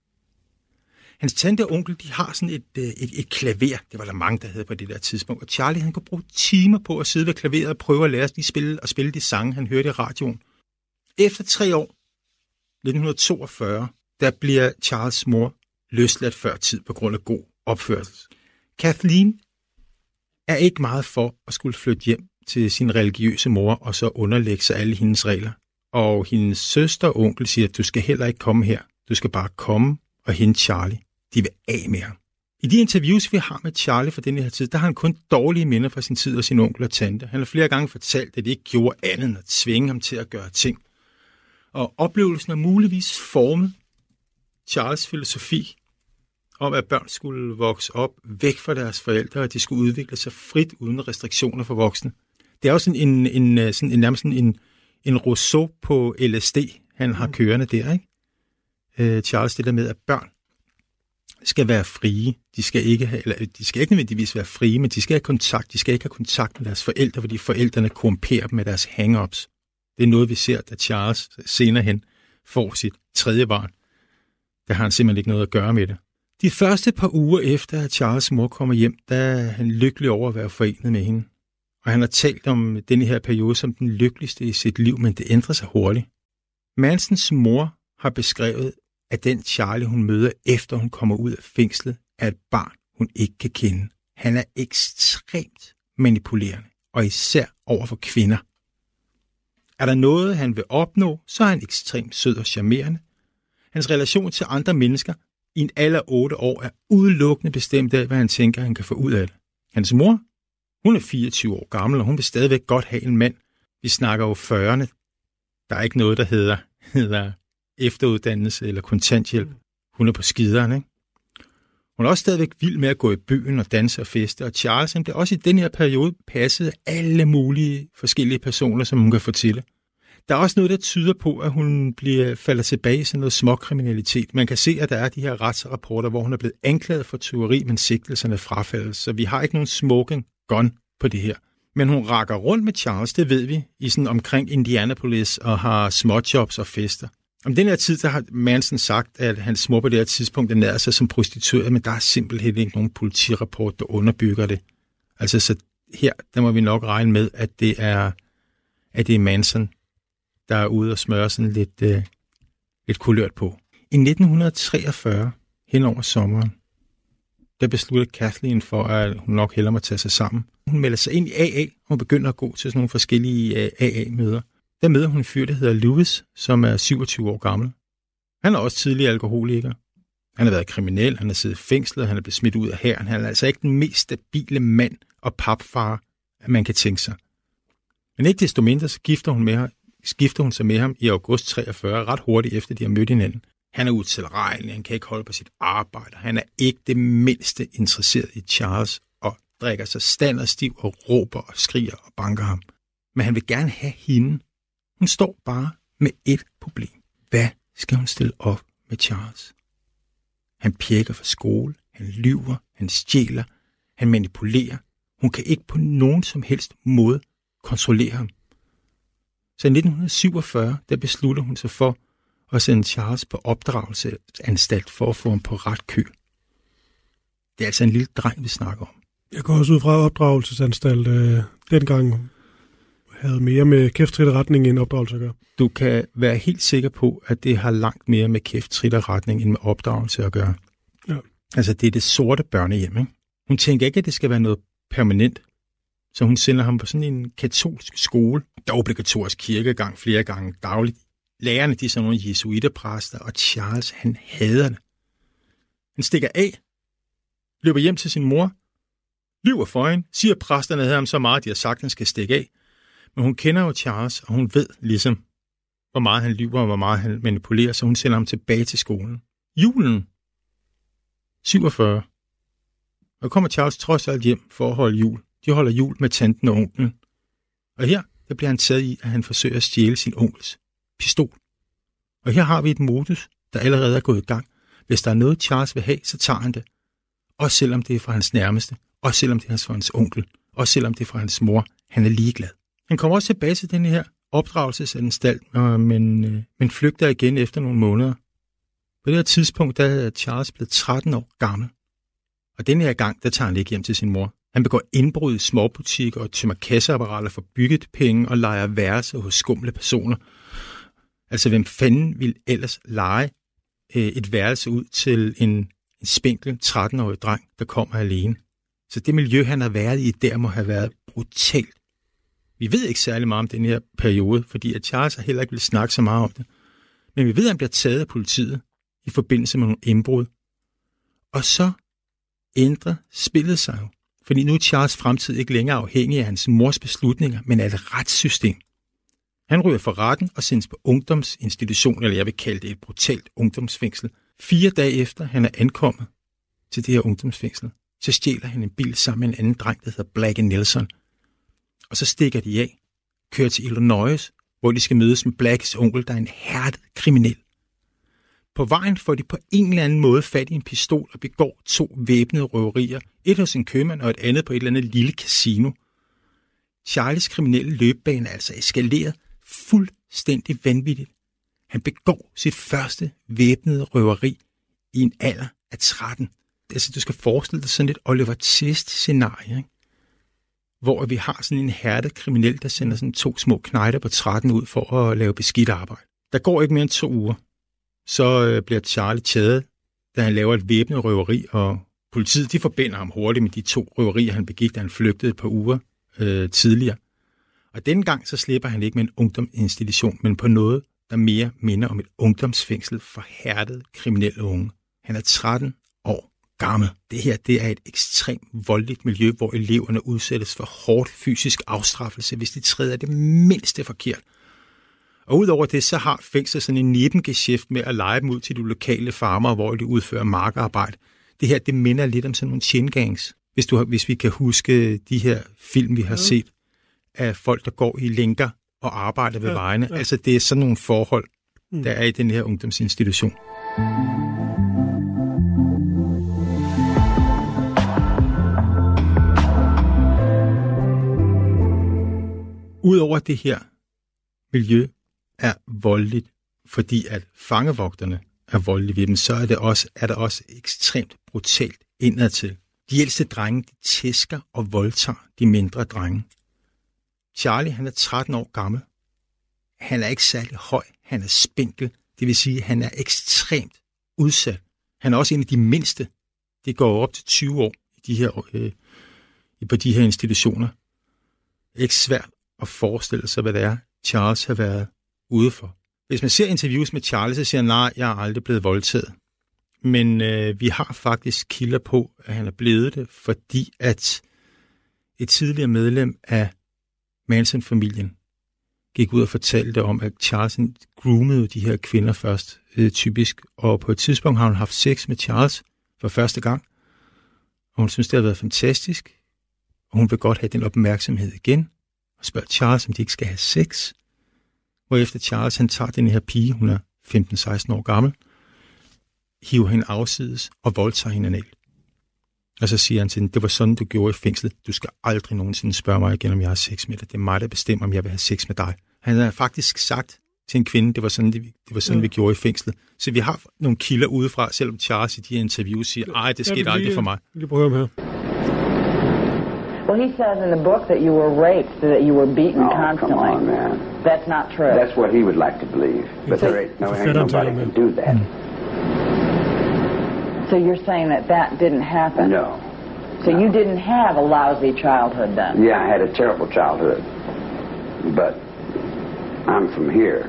Hans tante og onkel, de har sådan et, et, et klaver, det var der mange, der havde på det der tidspunkt, og Charlie, han kunne bruge timer på at sidde ved klaveret og prøve at lære sig spille og spille de sange, han hørte i radioen. Efter tre år, nitten toogfyrre, der bliver Charles' mor løsladt før tid på grund af god opførsel. Kathleen er ikke meget for at skulle flytte hjem til sin religiøse mor og så underlægge sig alle hendes regler. Og hendes søster og onkel siger, at du skal heller ikke komme her. Du skal bare komme og hente Charlie. De vil af med ham. I de interviews, vi har med Charlie fra denne her tid, der har han kun dårlige minder fra sin tid og sin onkel og tante. Han har flere gange fortalt, at de ikke gjorde andet end at tvinge ham til at gøre ting. Og oplevelsen er muligvis formet Charles' filosofi om, at børn skulle vokse op væk fra deres forældre, og de skulle udvikle sig frit uden restriktioner for voksne. Det er også sådan en, en, sådan en, nærmest sådan en, en Rousseau på L S D, han har kørende der, ikke? Øh, Charles, det der med, at børn skal være frie. De skal ikke have, eller de skal ikke nødvendigvis være frie, men de skal have kontakt. De skal ikke have kontakt med deres forældre, fordi forældrene korrumperer dem med deres hang-ups. Det er noget, vi ser, da Charles senere hen får sit tredje barn. Der har han simpelthen ikke noget at gøre med det. De første par uger efter, at Charles' mor kommer hjem, der er han lykkelig over at være forenet med hende. Og han har talt om denne her periode som den lykkeligste i sit liv, men det ændrer sig hurtigt. Mansons mor har beskrevet, at den Charlie, hun møder efter hun kommer ud af fængslet, er et barn, hun ikke kan kende. Han er ekstremt manipulerende, og især over for kvinder. Er der noget, han vil opnå, så er han ekstremt sød og charmerende. Hans relation til andre mennesker i en alder otte år er udelukkende bestemt af, hvad han tænker, han kan få ud af det. Hans mor, hun er fireogtyve år gammel, og hun vil stadigvæk godt have en mand. Vi snakker jo fyrrerne. Der er ikke noget, der hedder, hedder efteruddannelse eller kontanthjælp. Hun er på skideren, ikke? Hun er også stadigvæk vild med at gå i byen og danse og feste, og Charles han bliver også i den her periode passet af alle mulige forskellige personer, som hun kan få til. Der er også noget, der tyder på, at hun bliver, falder tilbage i sådan noget småkriminalitet. Man kan se, at der er de her retsrapporter, hvor hun er blevet anklaget for tyveri, men sigtelserne frafaldes. Så vi har ikke nogen smoking gun på det her. Men hun rakker rundt med Charles, det ved vi, i sådan omkring Indianapolis og har småjobs og fester. Om den her tid, der har Manson sagt, at hans mor på det her tidspunkt ernærede sig som prostitueret, men der er simpelthen ikke nogen politirapport, der underbygger det. Altså, så her, der må vi nok regne med, at det er, at det er Manson, der er ude og smøre sådan lidt, øh, lidt kulørt på. I nitten treogfyrre, hen over sommeren, der besluttede Kathleen for, at hun nok hellere må tage sig sammen. Hun melder sig ind i A A, og hun begynder at gå til sådan nogle forskellige A A-møder. Der møder hun en fyr, der hedder Lewis, som er syvogtyve år gammel. Han er også tidligere alkoholiker. Han har været kriminel, han har siddet fængslet, han er blevet smidt ud af hæren. Han er altså ikke den mest stabile mand og papfar, man kan tænke sig. Men ikke desto mindre, så gifter hun, med ham, skifter hun sig med ham i august treogfyrre, ret hurtigt efter de har mødt hinanden. Han er utilregnelig, han kan ikke holde på sit arbejde. Han er ikke det mindste interesseret i Charles og drikker sig stand og stiv og råber og skriger og banker ham. Men han vil gerne have hende. Hun står bare med et problem. Hvad skal hun stille op med Charles? Han pjekker fra skole, han lyver, han stjæler, han manipulerer. Hun kan ikke på nogen som helst måde kontrollere ham. Så i nitten syvogfyrre, der beslutter hun sig for at sende Charles på opdragelsesanstalt for at få ham på ret køl. Det er altså en lille dreng, vi snakker om. Jeg går også ud fra opdragelsesanstalt øh, dengang havde mere med kæftritterretning end opdragelse at gøre. Du kan være helt sikker på, at det har langt mere med kæftritterretning end med opdragelse at gøre. Ja. Altså, det er det sorte børnehjem, ikke? Hun tænker ikke, at det skal være noget permanent. Så hun sender ham på sådan en katolsk skole. Der er obligatorisk kirkegang flere gange dagligt. Lærerne, de er sådan nogle jesuiterpræster, og Charles, han hader det. Han stikker af, løber hjem til sin mor, lyver for hende, siger, at præsterne havde ham så meget, de har sagt, at han skal stikke af. Men hun kender jo Charles, og hun ved ligesom, hvor meget han lyver og hvor meget han manipulerer, så hun sender ham tilbage til skolen. Julen syvogfyrre. Og kommer Charles trods alt hjem for at holde jul. De holder jul med tanten og onklen. Og her der bliver han taget i, at han forsøger at stjæle sin onkels pistol. Og her har vi et modus, der allerede er gået i gang. Hvis der er noget, Charles vil have, så tager han det. Også selvom det er fra hans nærmeste. Også selvom det er fra hans onkel. Også selvom det er fra hans mor. Han er ligeglad. Han kommer også tilbage til den her opdragelsesanstalt, men, men flygter igen efter nogle måneder. På det her tidspunkt, der er Charles blevet tretten år gammel. Og denne her gang, der tager han ikke hjem til sin mor. Han begår indbrud i småbutikker og tømmer kasseapparater for byggepenge og lejer værelser hos skumle personer. Altså, hvem fanden vil ellers lege øh, et værelse ud til en, en spinkel tretten-årig dreng, der kommer alene? Så det miljø, han har været i, der må have været brutalt. Vi ved ikke særlig meget om den her periode, fordi at Charles har heller ikke vil snakke så meget om det. Men vi ved, at han bliver taget af politiet i forbindelse med nogle indbrud. Og så ændrer spillet sig jo. Fordi nu er Charles' fremtid ikke længere afhængig af hans mors beslutninger, men af et retssystem. Han ryger for retten og sendes på ungdomsinstitution, eller jeg vil kalde det et brutalt ungdomsfængsel. Fire dage efter han er ankommet, til det her ungdomsfængsel. Så stjæler han en bil sammen med en anden dreng, der hedder Blackie Nelson. Og så stikker de af, kører til Illinois, hvor de skal mødes med Blackies onkel, der er en hærdet kriminel. På vejen får de på en eller anden måde fat i en pistol og begår to væbnede røverier. Et hos en købmand og et andet på et eller andet lille casino. Charlies kriminelle løbebane er altså eskaleret fuldstændig vanvittigt. Han begår sit første væbnede røveri i en alder af tretten. Altså, du skal forestille dig sådan et Oliver Twist-scenarie, ikke? Hvor vi har sådan en hærdet kriminel, der sender sådan to små knejder på tretten ud for at lave beskidt arbejde. Der går ikke mere end to uger. Så øh, bliver Charlie taget, da han laver et væbnet røveri, og politiet de forbinder ham hurtigt med de to røverier, han begik, da han flygtede et par uger øh, tidligere. Og denne gang så slipper han ikke med en ungdomsinstitution, men på noget, der mere minder om et ungdomsfængsel for hærdede kriminelle unge. Han er tretten år gammel. Det her det er et ekstremt voldeligt miljø, hvor eleverne udsættes for hårdt fysisk afstraffelse, hvis de træder det mindste forkert. Og udover det, så har fængslet sådan en nebengeschæft med at lege dem ud til de lokale farmer, hvor de udfører markarbejde. Det her, det minder lidt om sådan nogle chain-gangs. Hvis, du, hvis vi kan huske de her film, vi har ja. set af folk, der går i lænker og arbejder ved ja, vejene. Ja. Altså, det er sådan nogle forhold, der er i den her ungdomsinstitution. Udover det her miljø er voldeligt, fordi at fangevogterne er voldelige ved dem, så er, det også, er der også ekstremt brutalt indadtil. De ældste drenge, de tæsker og voldtager de mindre drenge. Charlie, han er tretten år gammel. Han er ikke særlig høj. Han er spinkel. Det vil sige, at han er ekstremt udsat. Han er også en af de mindste. Det går op til tyve år i de her, øh, på de her institutioner. Det er ikke svært at forestille sig, hvad det er, Charles har været ude for. Hvis man ser interviews med Charles, så siger han, nej, jeg er aldrig blevet voldtaget. Men øh, vi har faktisk kilder på, at han er blevet det, fordi at et tidligere medlem af Manson-familien gik ud og fortalte om, at Charles groomede de her kvinder først, øh, typisk. Og på et tidspunkt har hun haft sex med Charles for første gang. Og hun synes, det har været fantastisk. Og hun vil godt have den opmærksomhed igen. Og spørger Charles, om de ikke skal have sex. Hvorefter Charles, han tager den her pige, hun er femten seksten år gammel, hiver hende afsides og voldtager hende analt. Og så siger han til hende, det var sådan, du gjorde i fængslet. Du skal aldrig nogensinde spørge mig igen, om jeg har sex med dig. Det er mig, der bestemmer, om jeg vil have sex med dig. Han har faktisk sagt til en kvinde, det var sådan, det, det var sådan ja. vi gjorde i fængslet. Så vi har nogle kilder udefra, selvom Charles i de her interviews siger, ej, det skete aldrig for mig. Lige prøve ham her. Well, he says in the book that you were raped, that you were beaten oh, constantly. Come on, man. That's not true. That's what he would like to believe. But there ain't, no, ain't nobody can do that. Mm. So you're saying that that didn't happen? No. So no. you didn't have a lousy childhood then? Yeah, I had a terrible childhood. But I'm from here.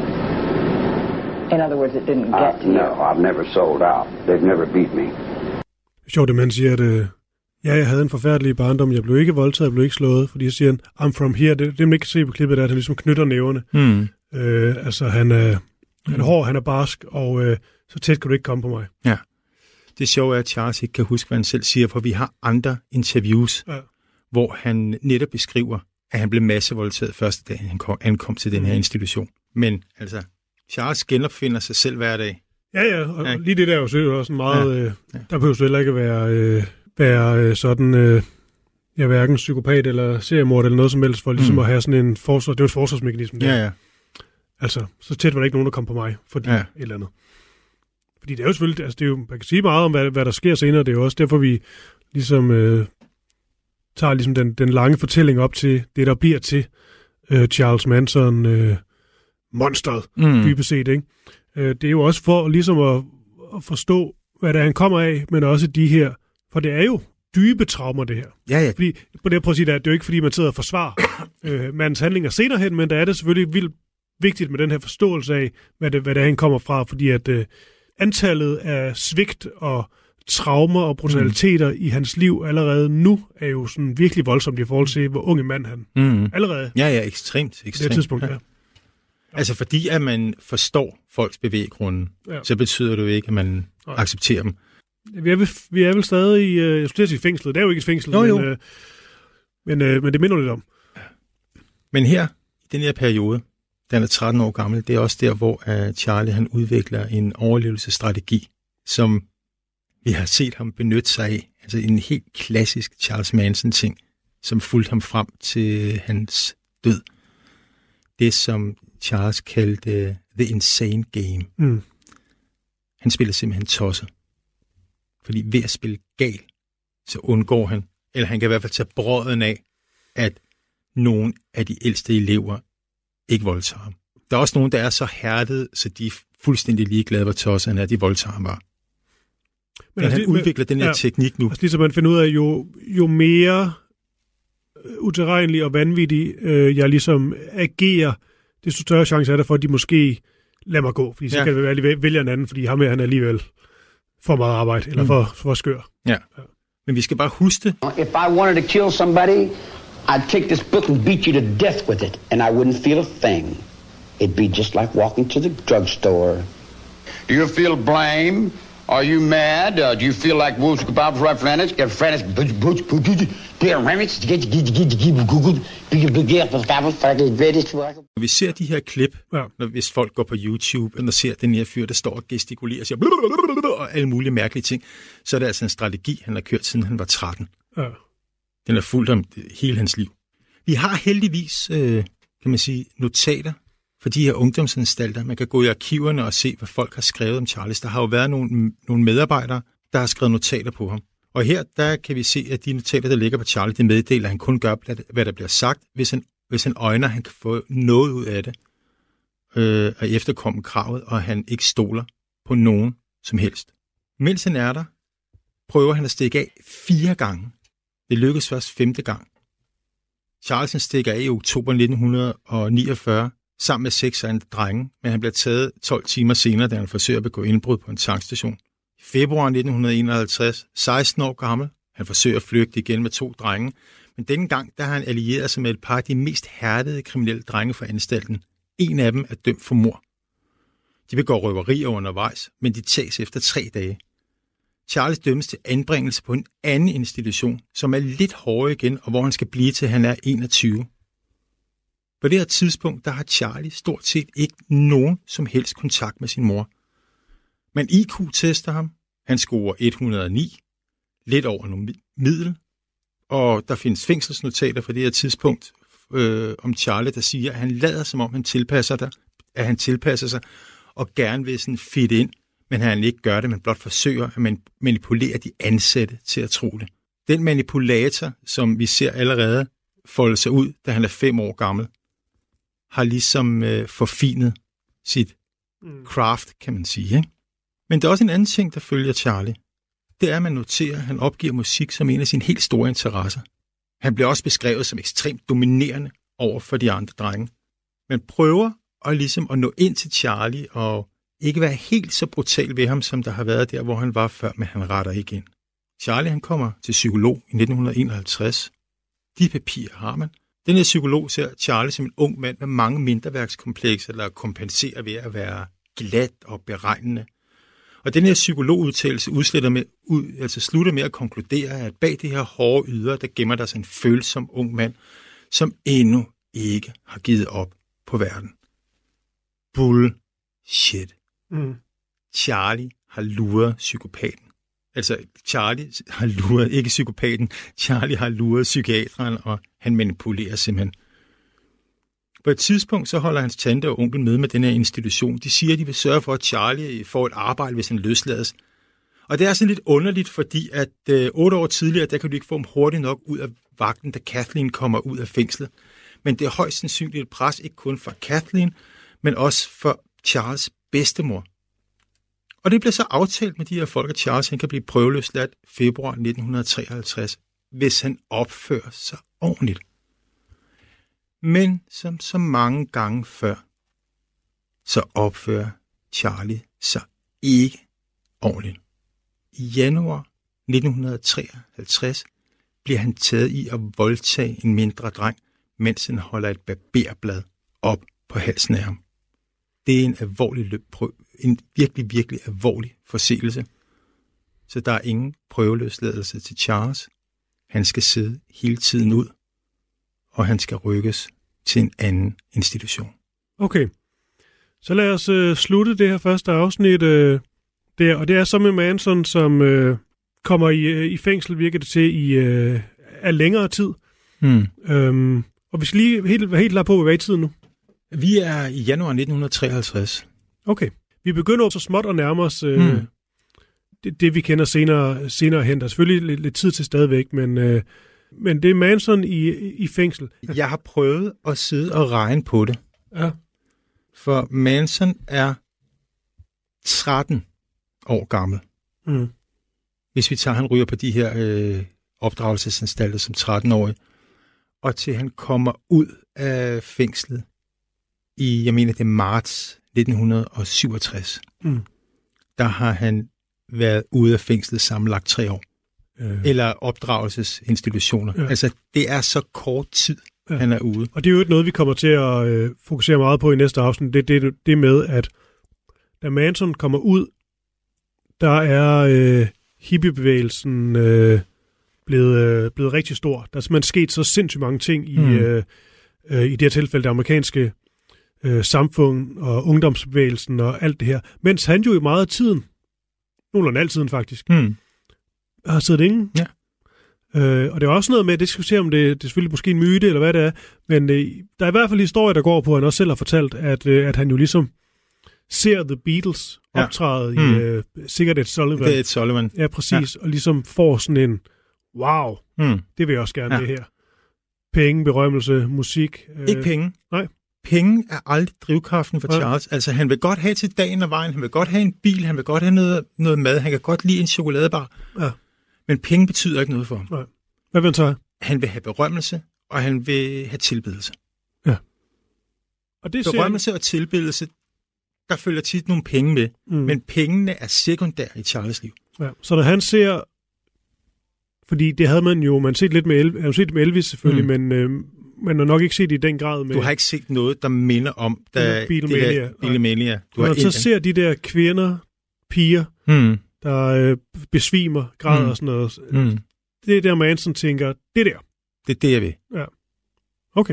In other words, it didn't get uh, to you? No, I've never sold out. They've never beat me. Sjovt, at man siger, at øh, ja, jeg havde en forfærdelig barndom. Jeg blev ikke voldtaget, jeg blev ikke slået, fordi jeg siger, I'm from here. Det, det man ikke kan se på klippet, der er, at han ligesom knytter næverne. Mm. Øh, altså, han er, han er hård, han er barsk, og øh, så tæt kan du ikke komme på mig. Ja. Det sjove er, at Charles ikke kan huske, hvad han selv siger, for vi har andre interviews, ja. hvor han netop beskriver, at han blev massevoldtaget første dag, han kom, ankom til den her institution. Men altså, Charles genopfinder sig selv hver dag. Ja, ja, og ja. lige det der er jo også meget, ja. Øh, Ja. der behøver jo heller ikke være, øh, være øh, sådan, øh, ja, hverken psykopat eller seriemord eller noget som helst, for ligesom mm. at have sådan en forsvar, det er jo et forsvarsmekanisme der. Ja, ja. Altså, så tæt var der ikke nogen, der kom på mig, fordi Ja. et eller andet. Fordi det er jo selvfølgelig, altså det er jo, man kan sige meget om, hvad, hvad der sker senere, det er jo også derfor, vi ligesom øh, tager ligesom den, den lange fortælling op til det, der bliver til øh, Charles Manson, øh, monsteret, Mm. dybest set, ikke? Øh, det er jo også for ligesom at, at forstå, hvad det er, han kommer af, men også de her, for det er jo dybe traumer, det her. Ja, ja. Fordi, på det jeg prøver at sige, det er, det er jo ikke, fordi man sidder og forsvarer øh, mandens handlinger senere hen, men der er det selvfølgelig vildt vigtigt med den her forståelse af, hvad det, hvad det er, han kommer fra, fordi at øh, antallet af svigt og traumer og brutaliteter mm. i hans liv allerede nu er jo sådan virkelig voldsomt i forhold til, hvor unge mand han Mm. allerede Ja, ja, ekstremt, på ekstremt. det tidspunkt ja. Ja. Altså, fordi at man forstår folks bevæggrunde, Ja. så betyder det jo ikke, at man Nej. accepterer dem. Vi er, vel, vi er vel stadig i, øh, jeg skulle sige fængslet. Det er jo ikke et fængsel, jo, jo. Men, øh, men, øh, men det minder lidt om. Men her, i den her periode, den er tretten år gammel, det er også der, hvor uh, Charlie han udvikler en overlevelsesstrategi, som vi har set ham benytte sig af. Altså en helt klassisk Charles Manson-ting, som fulgte ham frem til hans død. Det, som Charles kaldte uh, The Insane Game. Mm. Han spiller simpelthen tosset. Fordi ved at spille gal, så undgår han, eller han kan i hvert fald tage brøden af, at nogle af de ældste elever ikke voldtager ham. Der er også nogen, der er så hærdede, så de er fuldstændig ligeglade, hvor tosset han er, de voldtager ham bare. Men, Men altså, han udvikler den her ja, teknik nu. Altså ligesom man finder ud af, jo, jo mere utilregnelig og vanvittig øh, jeg ligesom agerer, desto større chance er der for, at de måske lader mig gå. Fordi så ja. kan det være, at de vælger en anden, fordi ham er han alligevel for meget arbejde, eller mm. for, for skør. Ja. ja. Men vi skal bare huske det. If I wanted to kill somebody, I'd take this book and beat you to death with it, and I wouldn't feel a thing. It'd be just like walking to the drugstore. Do you feel blame? Are you mad? Uh, do you feel like Wolves Kebabs right Francis? Get Francis, Når vi ser de her klip, ja. når, hvis folk går på YouTube, og ser den her fyr, der står og gestikulerer og siger og alle mulige mærkelige ting, så er det altså en strategi, han har kørt, siden han var tretten. Ja. Den er fuldt om hele hans liv. Vi har heldigvis, øh, kan man sige, notater for de her ungdomsanstalter. Man kan gå i arkiverne og se, hvad folk har skrevet om Charles. Der har jo været nogle, nogle medarbejdere, der har skrevet notater på ham. Og her, der kan vi se, at de notater, der ligger på Charlie, det meddeler, at han kun gør, hvad der bliver sagt, hvis han, hvis han øjner, han kan få noget ud af det, øh, og efterkomme kravet, og han ikke stoler på nogen som helst. Mens han er der, prøver han at stikke af fire gange. Det lykkes først femte gang. Charles stikker af i oktober nitten niogfyrre, sammen med seks andre drenge, men han bliver taget tolv timer senere, da han forsøger at begå indbrud på en tankstation. I februar nitten enoghalvtreds, seksten år gammel, han forsøger at flygte igen med to drenge, men denne gang der har han allieret sig med et par af de mest hærdede kriminelle drenge fra anstalten. En af dem er dømt for mord. De begår røverier undervejs, men de tages efter tre dage. Charles dømmes til anbringelse på en anden institution, som er lidt hårdere igen, og hvor han skal blive til han er enogtyve. På det her tidspunkt, der har Charlie stort set ikke nogen som helst kontakt med sin mor. Man I Q-tester ham. Han scorer et hundrede og ni, lidt over middel, og der findes fængselsnotater fra det her tidspunkt øh, om Charlie, der siger, at han lader som om han tilpasser dig, at han tilpasser sig og gerne vil sådan fit ind, men han ikke gør det, men blot forsøger at manipulere de ansatte til at tro det. Den manipulator, som vi ser allerede folde sig ud, da han er fem år gammel, har ligesom øh, forfinet sit craft, kan man sige. Ikke? Men der er også en anden ting, der følger Charlie. Det er, at man noterer, at han opgiver musik som en af sine helt store interesser. Han bliver også beskrevet som ekstremt dominerende over for de andre drenge. Man prøver at, ligesom at nå ind til Charlie og ikke være helt så brutal ved ham, som der har været der, hvor han var før, men han retter ikke ind. Charlie han kommer til psykolog i nitten enoghalvtreds. De papirer har man. Den her psykolog ser Charlie som en ung mand med mange mindreværkskomplekser, der kompenserer ved at være glat og beregnende. Og den her psykologudtalelse udslutter med, ud, altså slutter med at konkludere, at bag det her hårde ydre, der gemmer der sig en følsom ung mand, som endnu ikke har givet op på verden. Bullshit. Mm. Charlie har luret psykopaten. Altså, Charlie har luret, ikke psykopaten, Charlie har luret psykiateren, og han manipulerer simpelthen. På et tidspunkt, så holder hans tante og onkel med med den her institution. De siger, at de vil sørge for, at Charlie får et arbejde, hvis han løslades. Og det er sådan lidt underligt, fordi at øh, otte år tidligere, der kan du ikke få ham hurtigt nok ud af vagten, da Kathleen kommer ud af fængslet. Men det er højst sandsynligt et pres, ikke kun for Kathleen, men også for Charles' bedstemor. Og det bliver så aftalt med de her folk, at Charles han kan blive prøveløsladt februar nitten treoghalvtreds, hvis han opfører sig ordentligt. Men som så mange gange før, så opfører Charlie sig ikke ordentligt. I januar nitten treoghalvtreds bliver han taget i at voldtage en mindre dreng, mens han holder et barberblad op på halsen af ham. Det er en alvorlig løbprøve, en virkelig, virkelig alvorlig forseelse. Så der er ingen prøveløsladelse til Charles. Han skal sidde hele tiden ud, og han skal rykkes til en anden institution. Okay, så lad os øh, slutte det her første afsnit øh, der, og det er så med Manson, som øh, kommer i, øh, i fængsel, virker det til, i øh, af længere tid. Hmm. Øhm, og vi skal lige helt, være helt klar på, hvad er i tiden nu? Vi er i januar nitten treoghalvtreds. Okay, vi begynder så småt at nærme os øh, hmm. det, det, vi kender senere, senere hen. Der er selvfølgelig lidt, lidt tid til stadigvæk, men, øh, men det er Manson i, i fængsel. Jeg har prøvet at sidde og regne på det. Ja. For Manson er tretten år gammel. Mm. Hvis vi tager, han ryger på de her øh, opdragelsesanstalter som tretten-årig, og til han kommer ud af fængslet i, jeg mener det er marts nitten syvogtres, mm. der har han været ude af fængslet sammenlagt tre år. Øh. Eller opdragelsesinstitutioner. Ja. Altså, det er så kort tid, ja. Han er ude. Og det er jo ikke noget, vi kommer til at øh, fokusere meget på i næste afsnit. Det er det, det med, at da Manson kommer ud, der er øh, hippiebevægelsen øh, blevet, øh, blevet rigtig stor. Der er simpelthen sket så sindssygt mange ting i, mm. øh, øh, i det her tilfælde det amerikanske øh, samfund og ungdomsbevægelsen og alt det her. Mens han jo i meget af tiden, nogenlunde altid faktisk, mm. har siddet ingen. Ja. Øh, og det er også noget med at diskutere, om det, det er selvfølgelig måske en myte, eller hvad det er, men øh, der er i hvert fald historier, der går på, at han også selv har fortalt, at, øh, at han jo ligesom ser The Beatles optræde ja. mm. i øh, sikkert Ed Sullivan. Det er Ed Sullivan. Ja, præcis. Ja. Og ligesom får sådan en, wow, mm. det vil jeg også gerne, ja. Det her. Penge, berømmelse, musik. Øh, Ikke penge. Nej. Penge er aldrig drivkraften for ja. Charles. Altså, han vil godt have til dagen og vejen, han vil godt have en bil, han vil godt have noget, noget mad, han kan godt lide en chokoladebar. Ja. Men penge betyder ikke noget for ham. Nej. Hvad vil han tage? Han vil have berømmelse, og han vil have tilbedelse. Ja. Og det berømmelse og tilbedelse, der følger tit nogle penge med, mm. men pengene er sekundære i Charles' liv. Ja. Så når han ser, fordi det havde man jo, man set lidt med, El- set med Elvis selvfølgelig, mm. men øh, man har nok ikke set i den grad med... Du har ikke set noget, der minder om da, Beatlemania. Det der Beatlemania. Du når så ser de der kvinder, piger, mm. der øh, besvimer, græder mm. og sådan noget. Mm. Det er der, Manson tænker, det der. Det er det, jeg vil. Ja. Okay.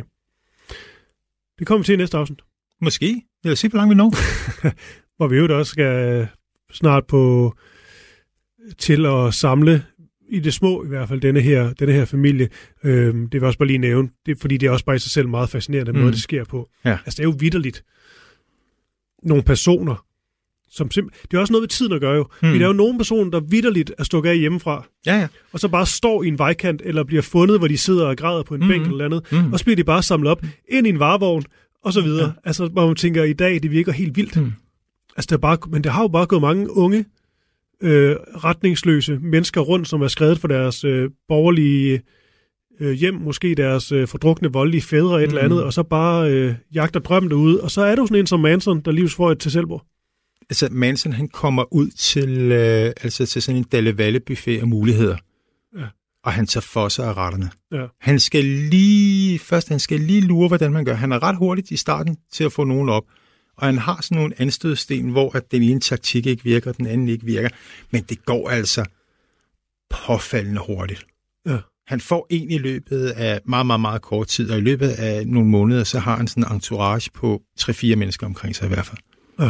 Det kommer vi til i næste afsnit. Måske. Jeg vil se, hvor langt vi når. Hvor vi jo da også skal snart på til at samle, i det små i hvert fald, denne her, denne her familie. Øhm, det vil jeg også bare lige nævne, det, fordi det er også bare i sig selv meget fascinerende, den mm. måde, det sker på. Ja. Altså, det er jo vitterligt nogle personer, som simp- det er også noget med tiden at gøre jo. Mm. Men der er jo nogle personer, der vitterligt er stukket af hjemmefra, ja, ja. og så bare står i en vejkant, eller bliver fundet, hvor de sidder og græder på en mm. bænk eller andet, mm. og så bliver de bare samlet op ind i en varevogn, og så videre. Ja. Altså, hvor man tænker, i dag, det virker helt vildt. Mm. Altså, det er bare, men der har jo bare gået mange unge, øh, retningsløse mennesker rundt, som er skrevet for deres øh, borgerlige øh, hjem, måske deres øh, fordrukne, voldelige fædre, et mm. eller andet, og så bare øh, jagter drømmen derude. Og så er du sådan en som Manson, der livs får et til selvbord. Altså, Manson, han kommer ud til, øh, altså, til sådan en Dalle-Valle-buffet af muligheder. Ja. Og han tager for sig af retterne. Ja. Han skal lige, først han skal lige lure, hvordan man gør. Han er ret hurtigt i starten til at få nogen op. Og han har sådan nogle anstødsten, hvor at den ene taktik ikke virker, og den anden ikke virker. Men det går altså påfaldende hurtigt. Ja. Han får en i løbet af meget, meget, meget kort tid, og i løbet af nogle måneder, så har han sådan en entourage på tre-fire mennesker omkring sig i hvert fald. Ja.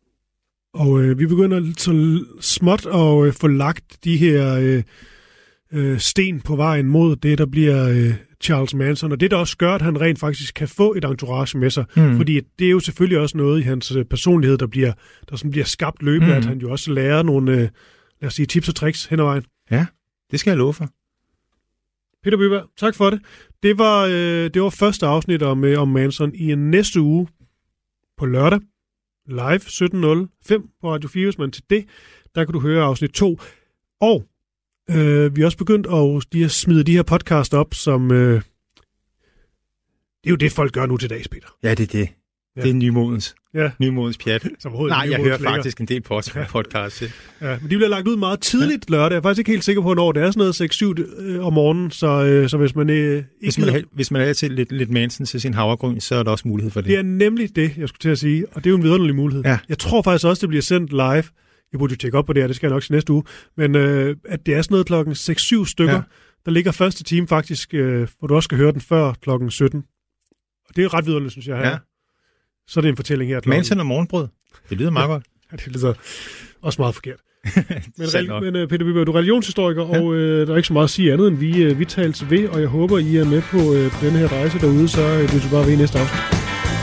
Og øh, vi begynder så småt at øh, få lagt de her øh, øh, sten på vejen mod det, der bliver øh, Charles Manson. Og det, der også gør, at han rent faktisk kan få et entourage med sig. Mm. Fordi det er jo selvfølgelig også noget i hans øh, personlighed, der bliver, der sådan bliver skabt løbende, mm. at han jo også lærer nogle, øh, lad os sige, tips og tricks hen ad vejen. Ja, det skal jeg love for. Peter Byberg, tak for det. Det var, øh, det var første afsnit om, øh, om Manson. I en næste uge på lørdag, live sytten nul fem på Radio fire, hvis man til det, der kan du høre afsnit to. Og øh, vi er også begyndt at de har smide de her podcast op, som øh, det er jo det, folk gør nu til dags, Peter. Ja, det er det. Ja. Det er nymodens. Ja. Nymodens pjat. Nej, jeg hører længere. faktisk en del podcast. Ja. Ja, men de bliver lagt ud meget tidligt lørdag. Jeg er faktisk ikke helt sikker på, hvornår det er sådan noget seks syv øh, om morgenen, så, øh, så hvis man øh, ikke... Hvis man, er, hvis man er til lidt, lidt Manson til sin havregryn, så er der også mulighed for det. Det er nemlig det, jeg skulle til at sige, og det er jo en vidunderlig mulighed. Ja. Jeg tror faktisk også, det bliver sendt live. jeg burde jo tjekke op på det her, det skal jeg nok til næste uge, men øh, at det er sådan noget klokken seks syv stykker, ja. Der ligger første time faktisk, øh, hvor du også skal høre den før klokken sytten. Og det er ret vidunderligt, synes jeg. Her. Ja. Så er det en fortælling her. Mansion og morgenbrød. Det lyder meget godt. Ja, det lyder også meget forkert. men rel- men uh, Peter Wiberg, du er religionshistoriker, ja. og uh, der er ikke så meget at sige andet, end vi, uh, vi taler ved, og jeg håber, I er med på uh, denne her rejse derude, så uh, vil du bare ved i næste afsnit.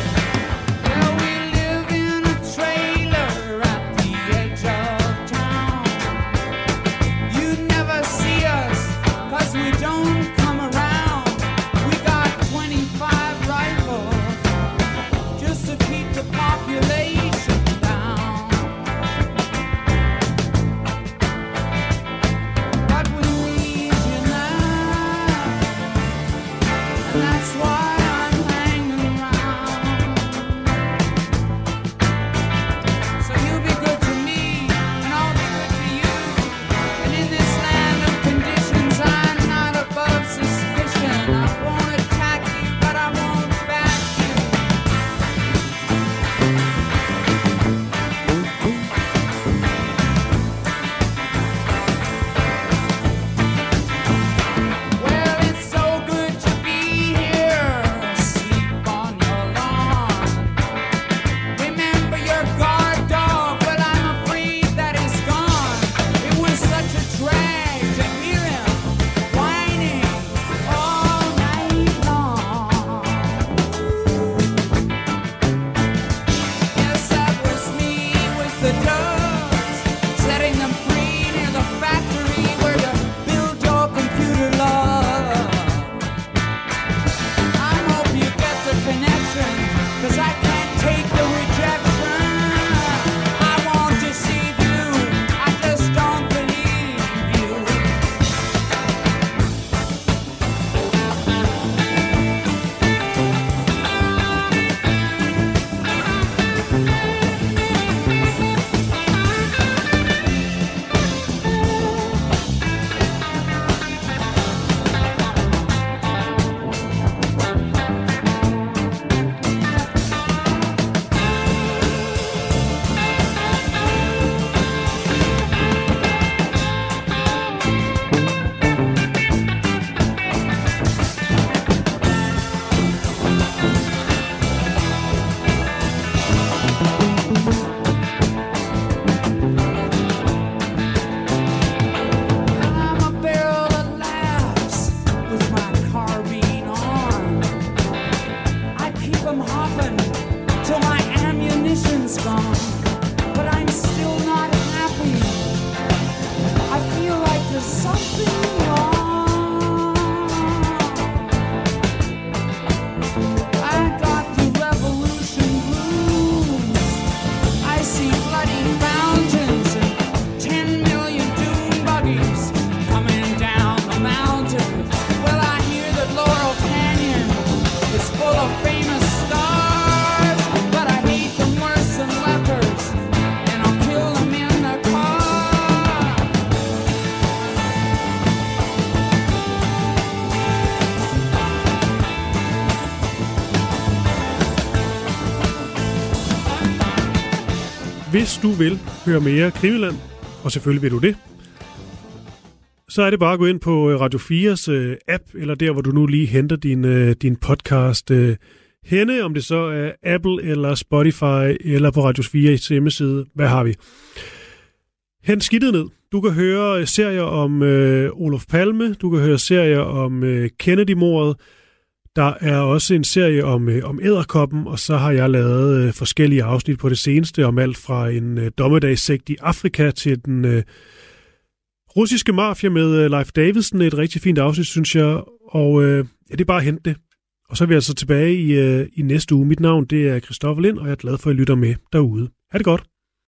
Hvis du vil høre mere Krimiland, og selvfølgelig vil du det, så er det bare at gå ind på Radio fires øh, app, eller der, hvor du nu lige henter din, øh, din podcast øh, henne, om det så er Apple eller Spotify, eller på Radio fires hjemmeside. Hvad har vi? Hent skidtet ned. Du kan høre serier om øh, Olof Palme, du kan høre serier om øh, Kennedy-mordet. Der er også en serie om, øh, om edderkoppen, og så har jeg lavet øh, forskellige afsnit på det seneste, om alt fra en øh, dommedagssekt i Afrika til den øh, russiske mafia med øh, Leif Davidsen. Et rigtig fint afsnit, synes jeg, og øh, ja, det er bare at hente det. Og så er vi altså tilbage i, øh, i næste uge. Mit navn, det er Christoffer Lind, og jeg er glad for, at I lytter med derude. Ha' det godt.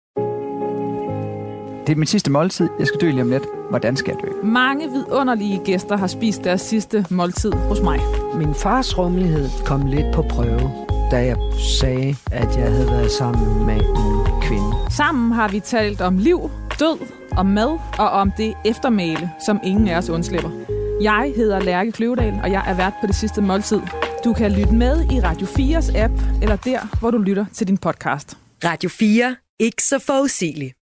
Det er mit sidste måltid. Jeg skal dø lige om lidt. Hvordan skal jeg dø? Mange vidunderlige gæster har spist deres sidste måltid hos mig. Min fars rummelighed kom lidt på prøve, da jeg sagde, at jeg havde været sammen med en kvinde. Sammen har vi talt om liv, død, om mad og om det eftermæle, som ingen af os undslipper. Jeg hedder Lærke Kløvedal, og jeg er vært på Det Sidste Måltid. Du kan lytte med i Radio fires app, eller der, hvor du lytter til din podcast. Radio fire. Ikke så forudsigeligt.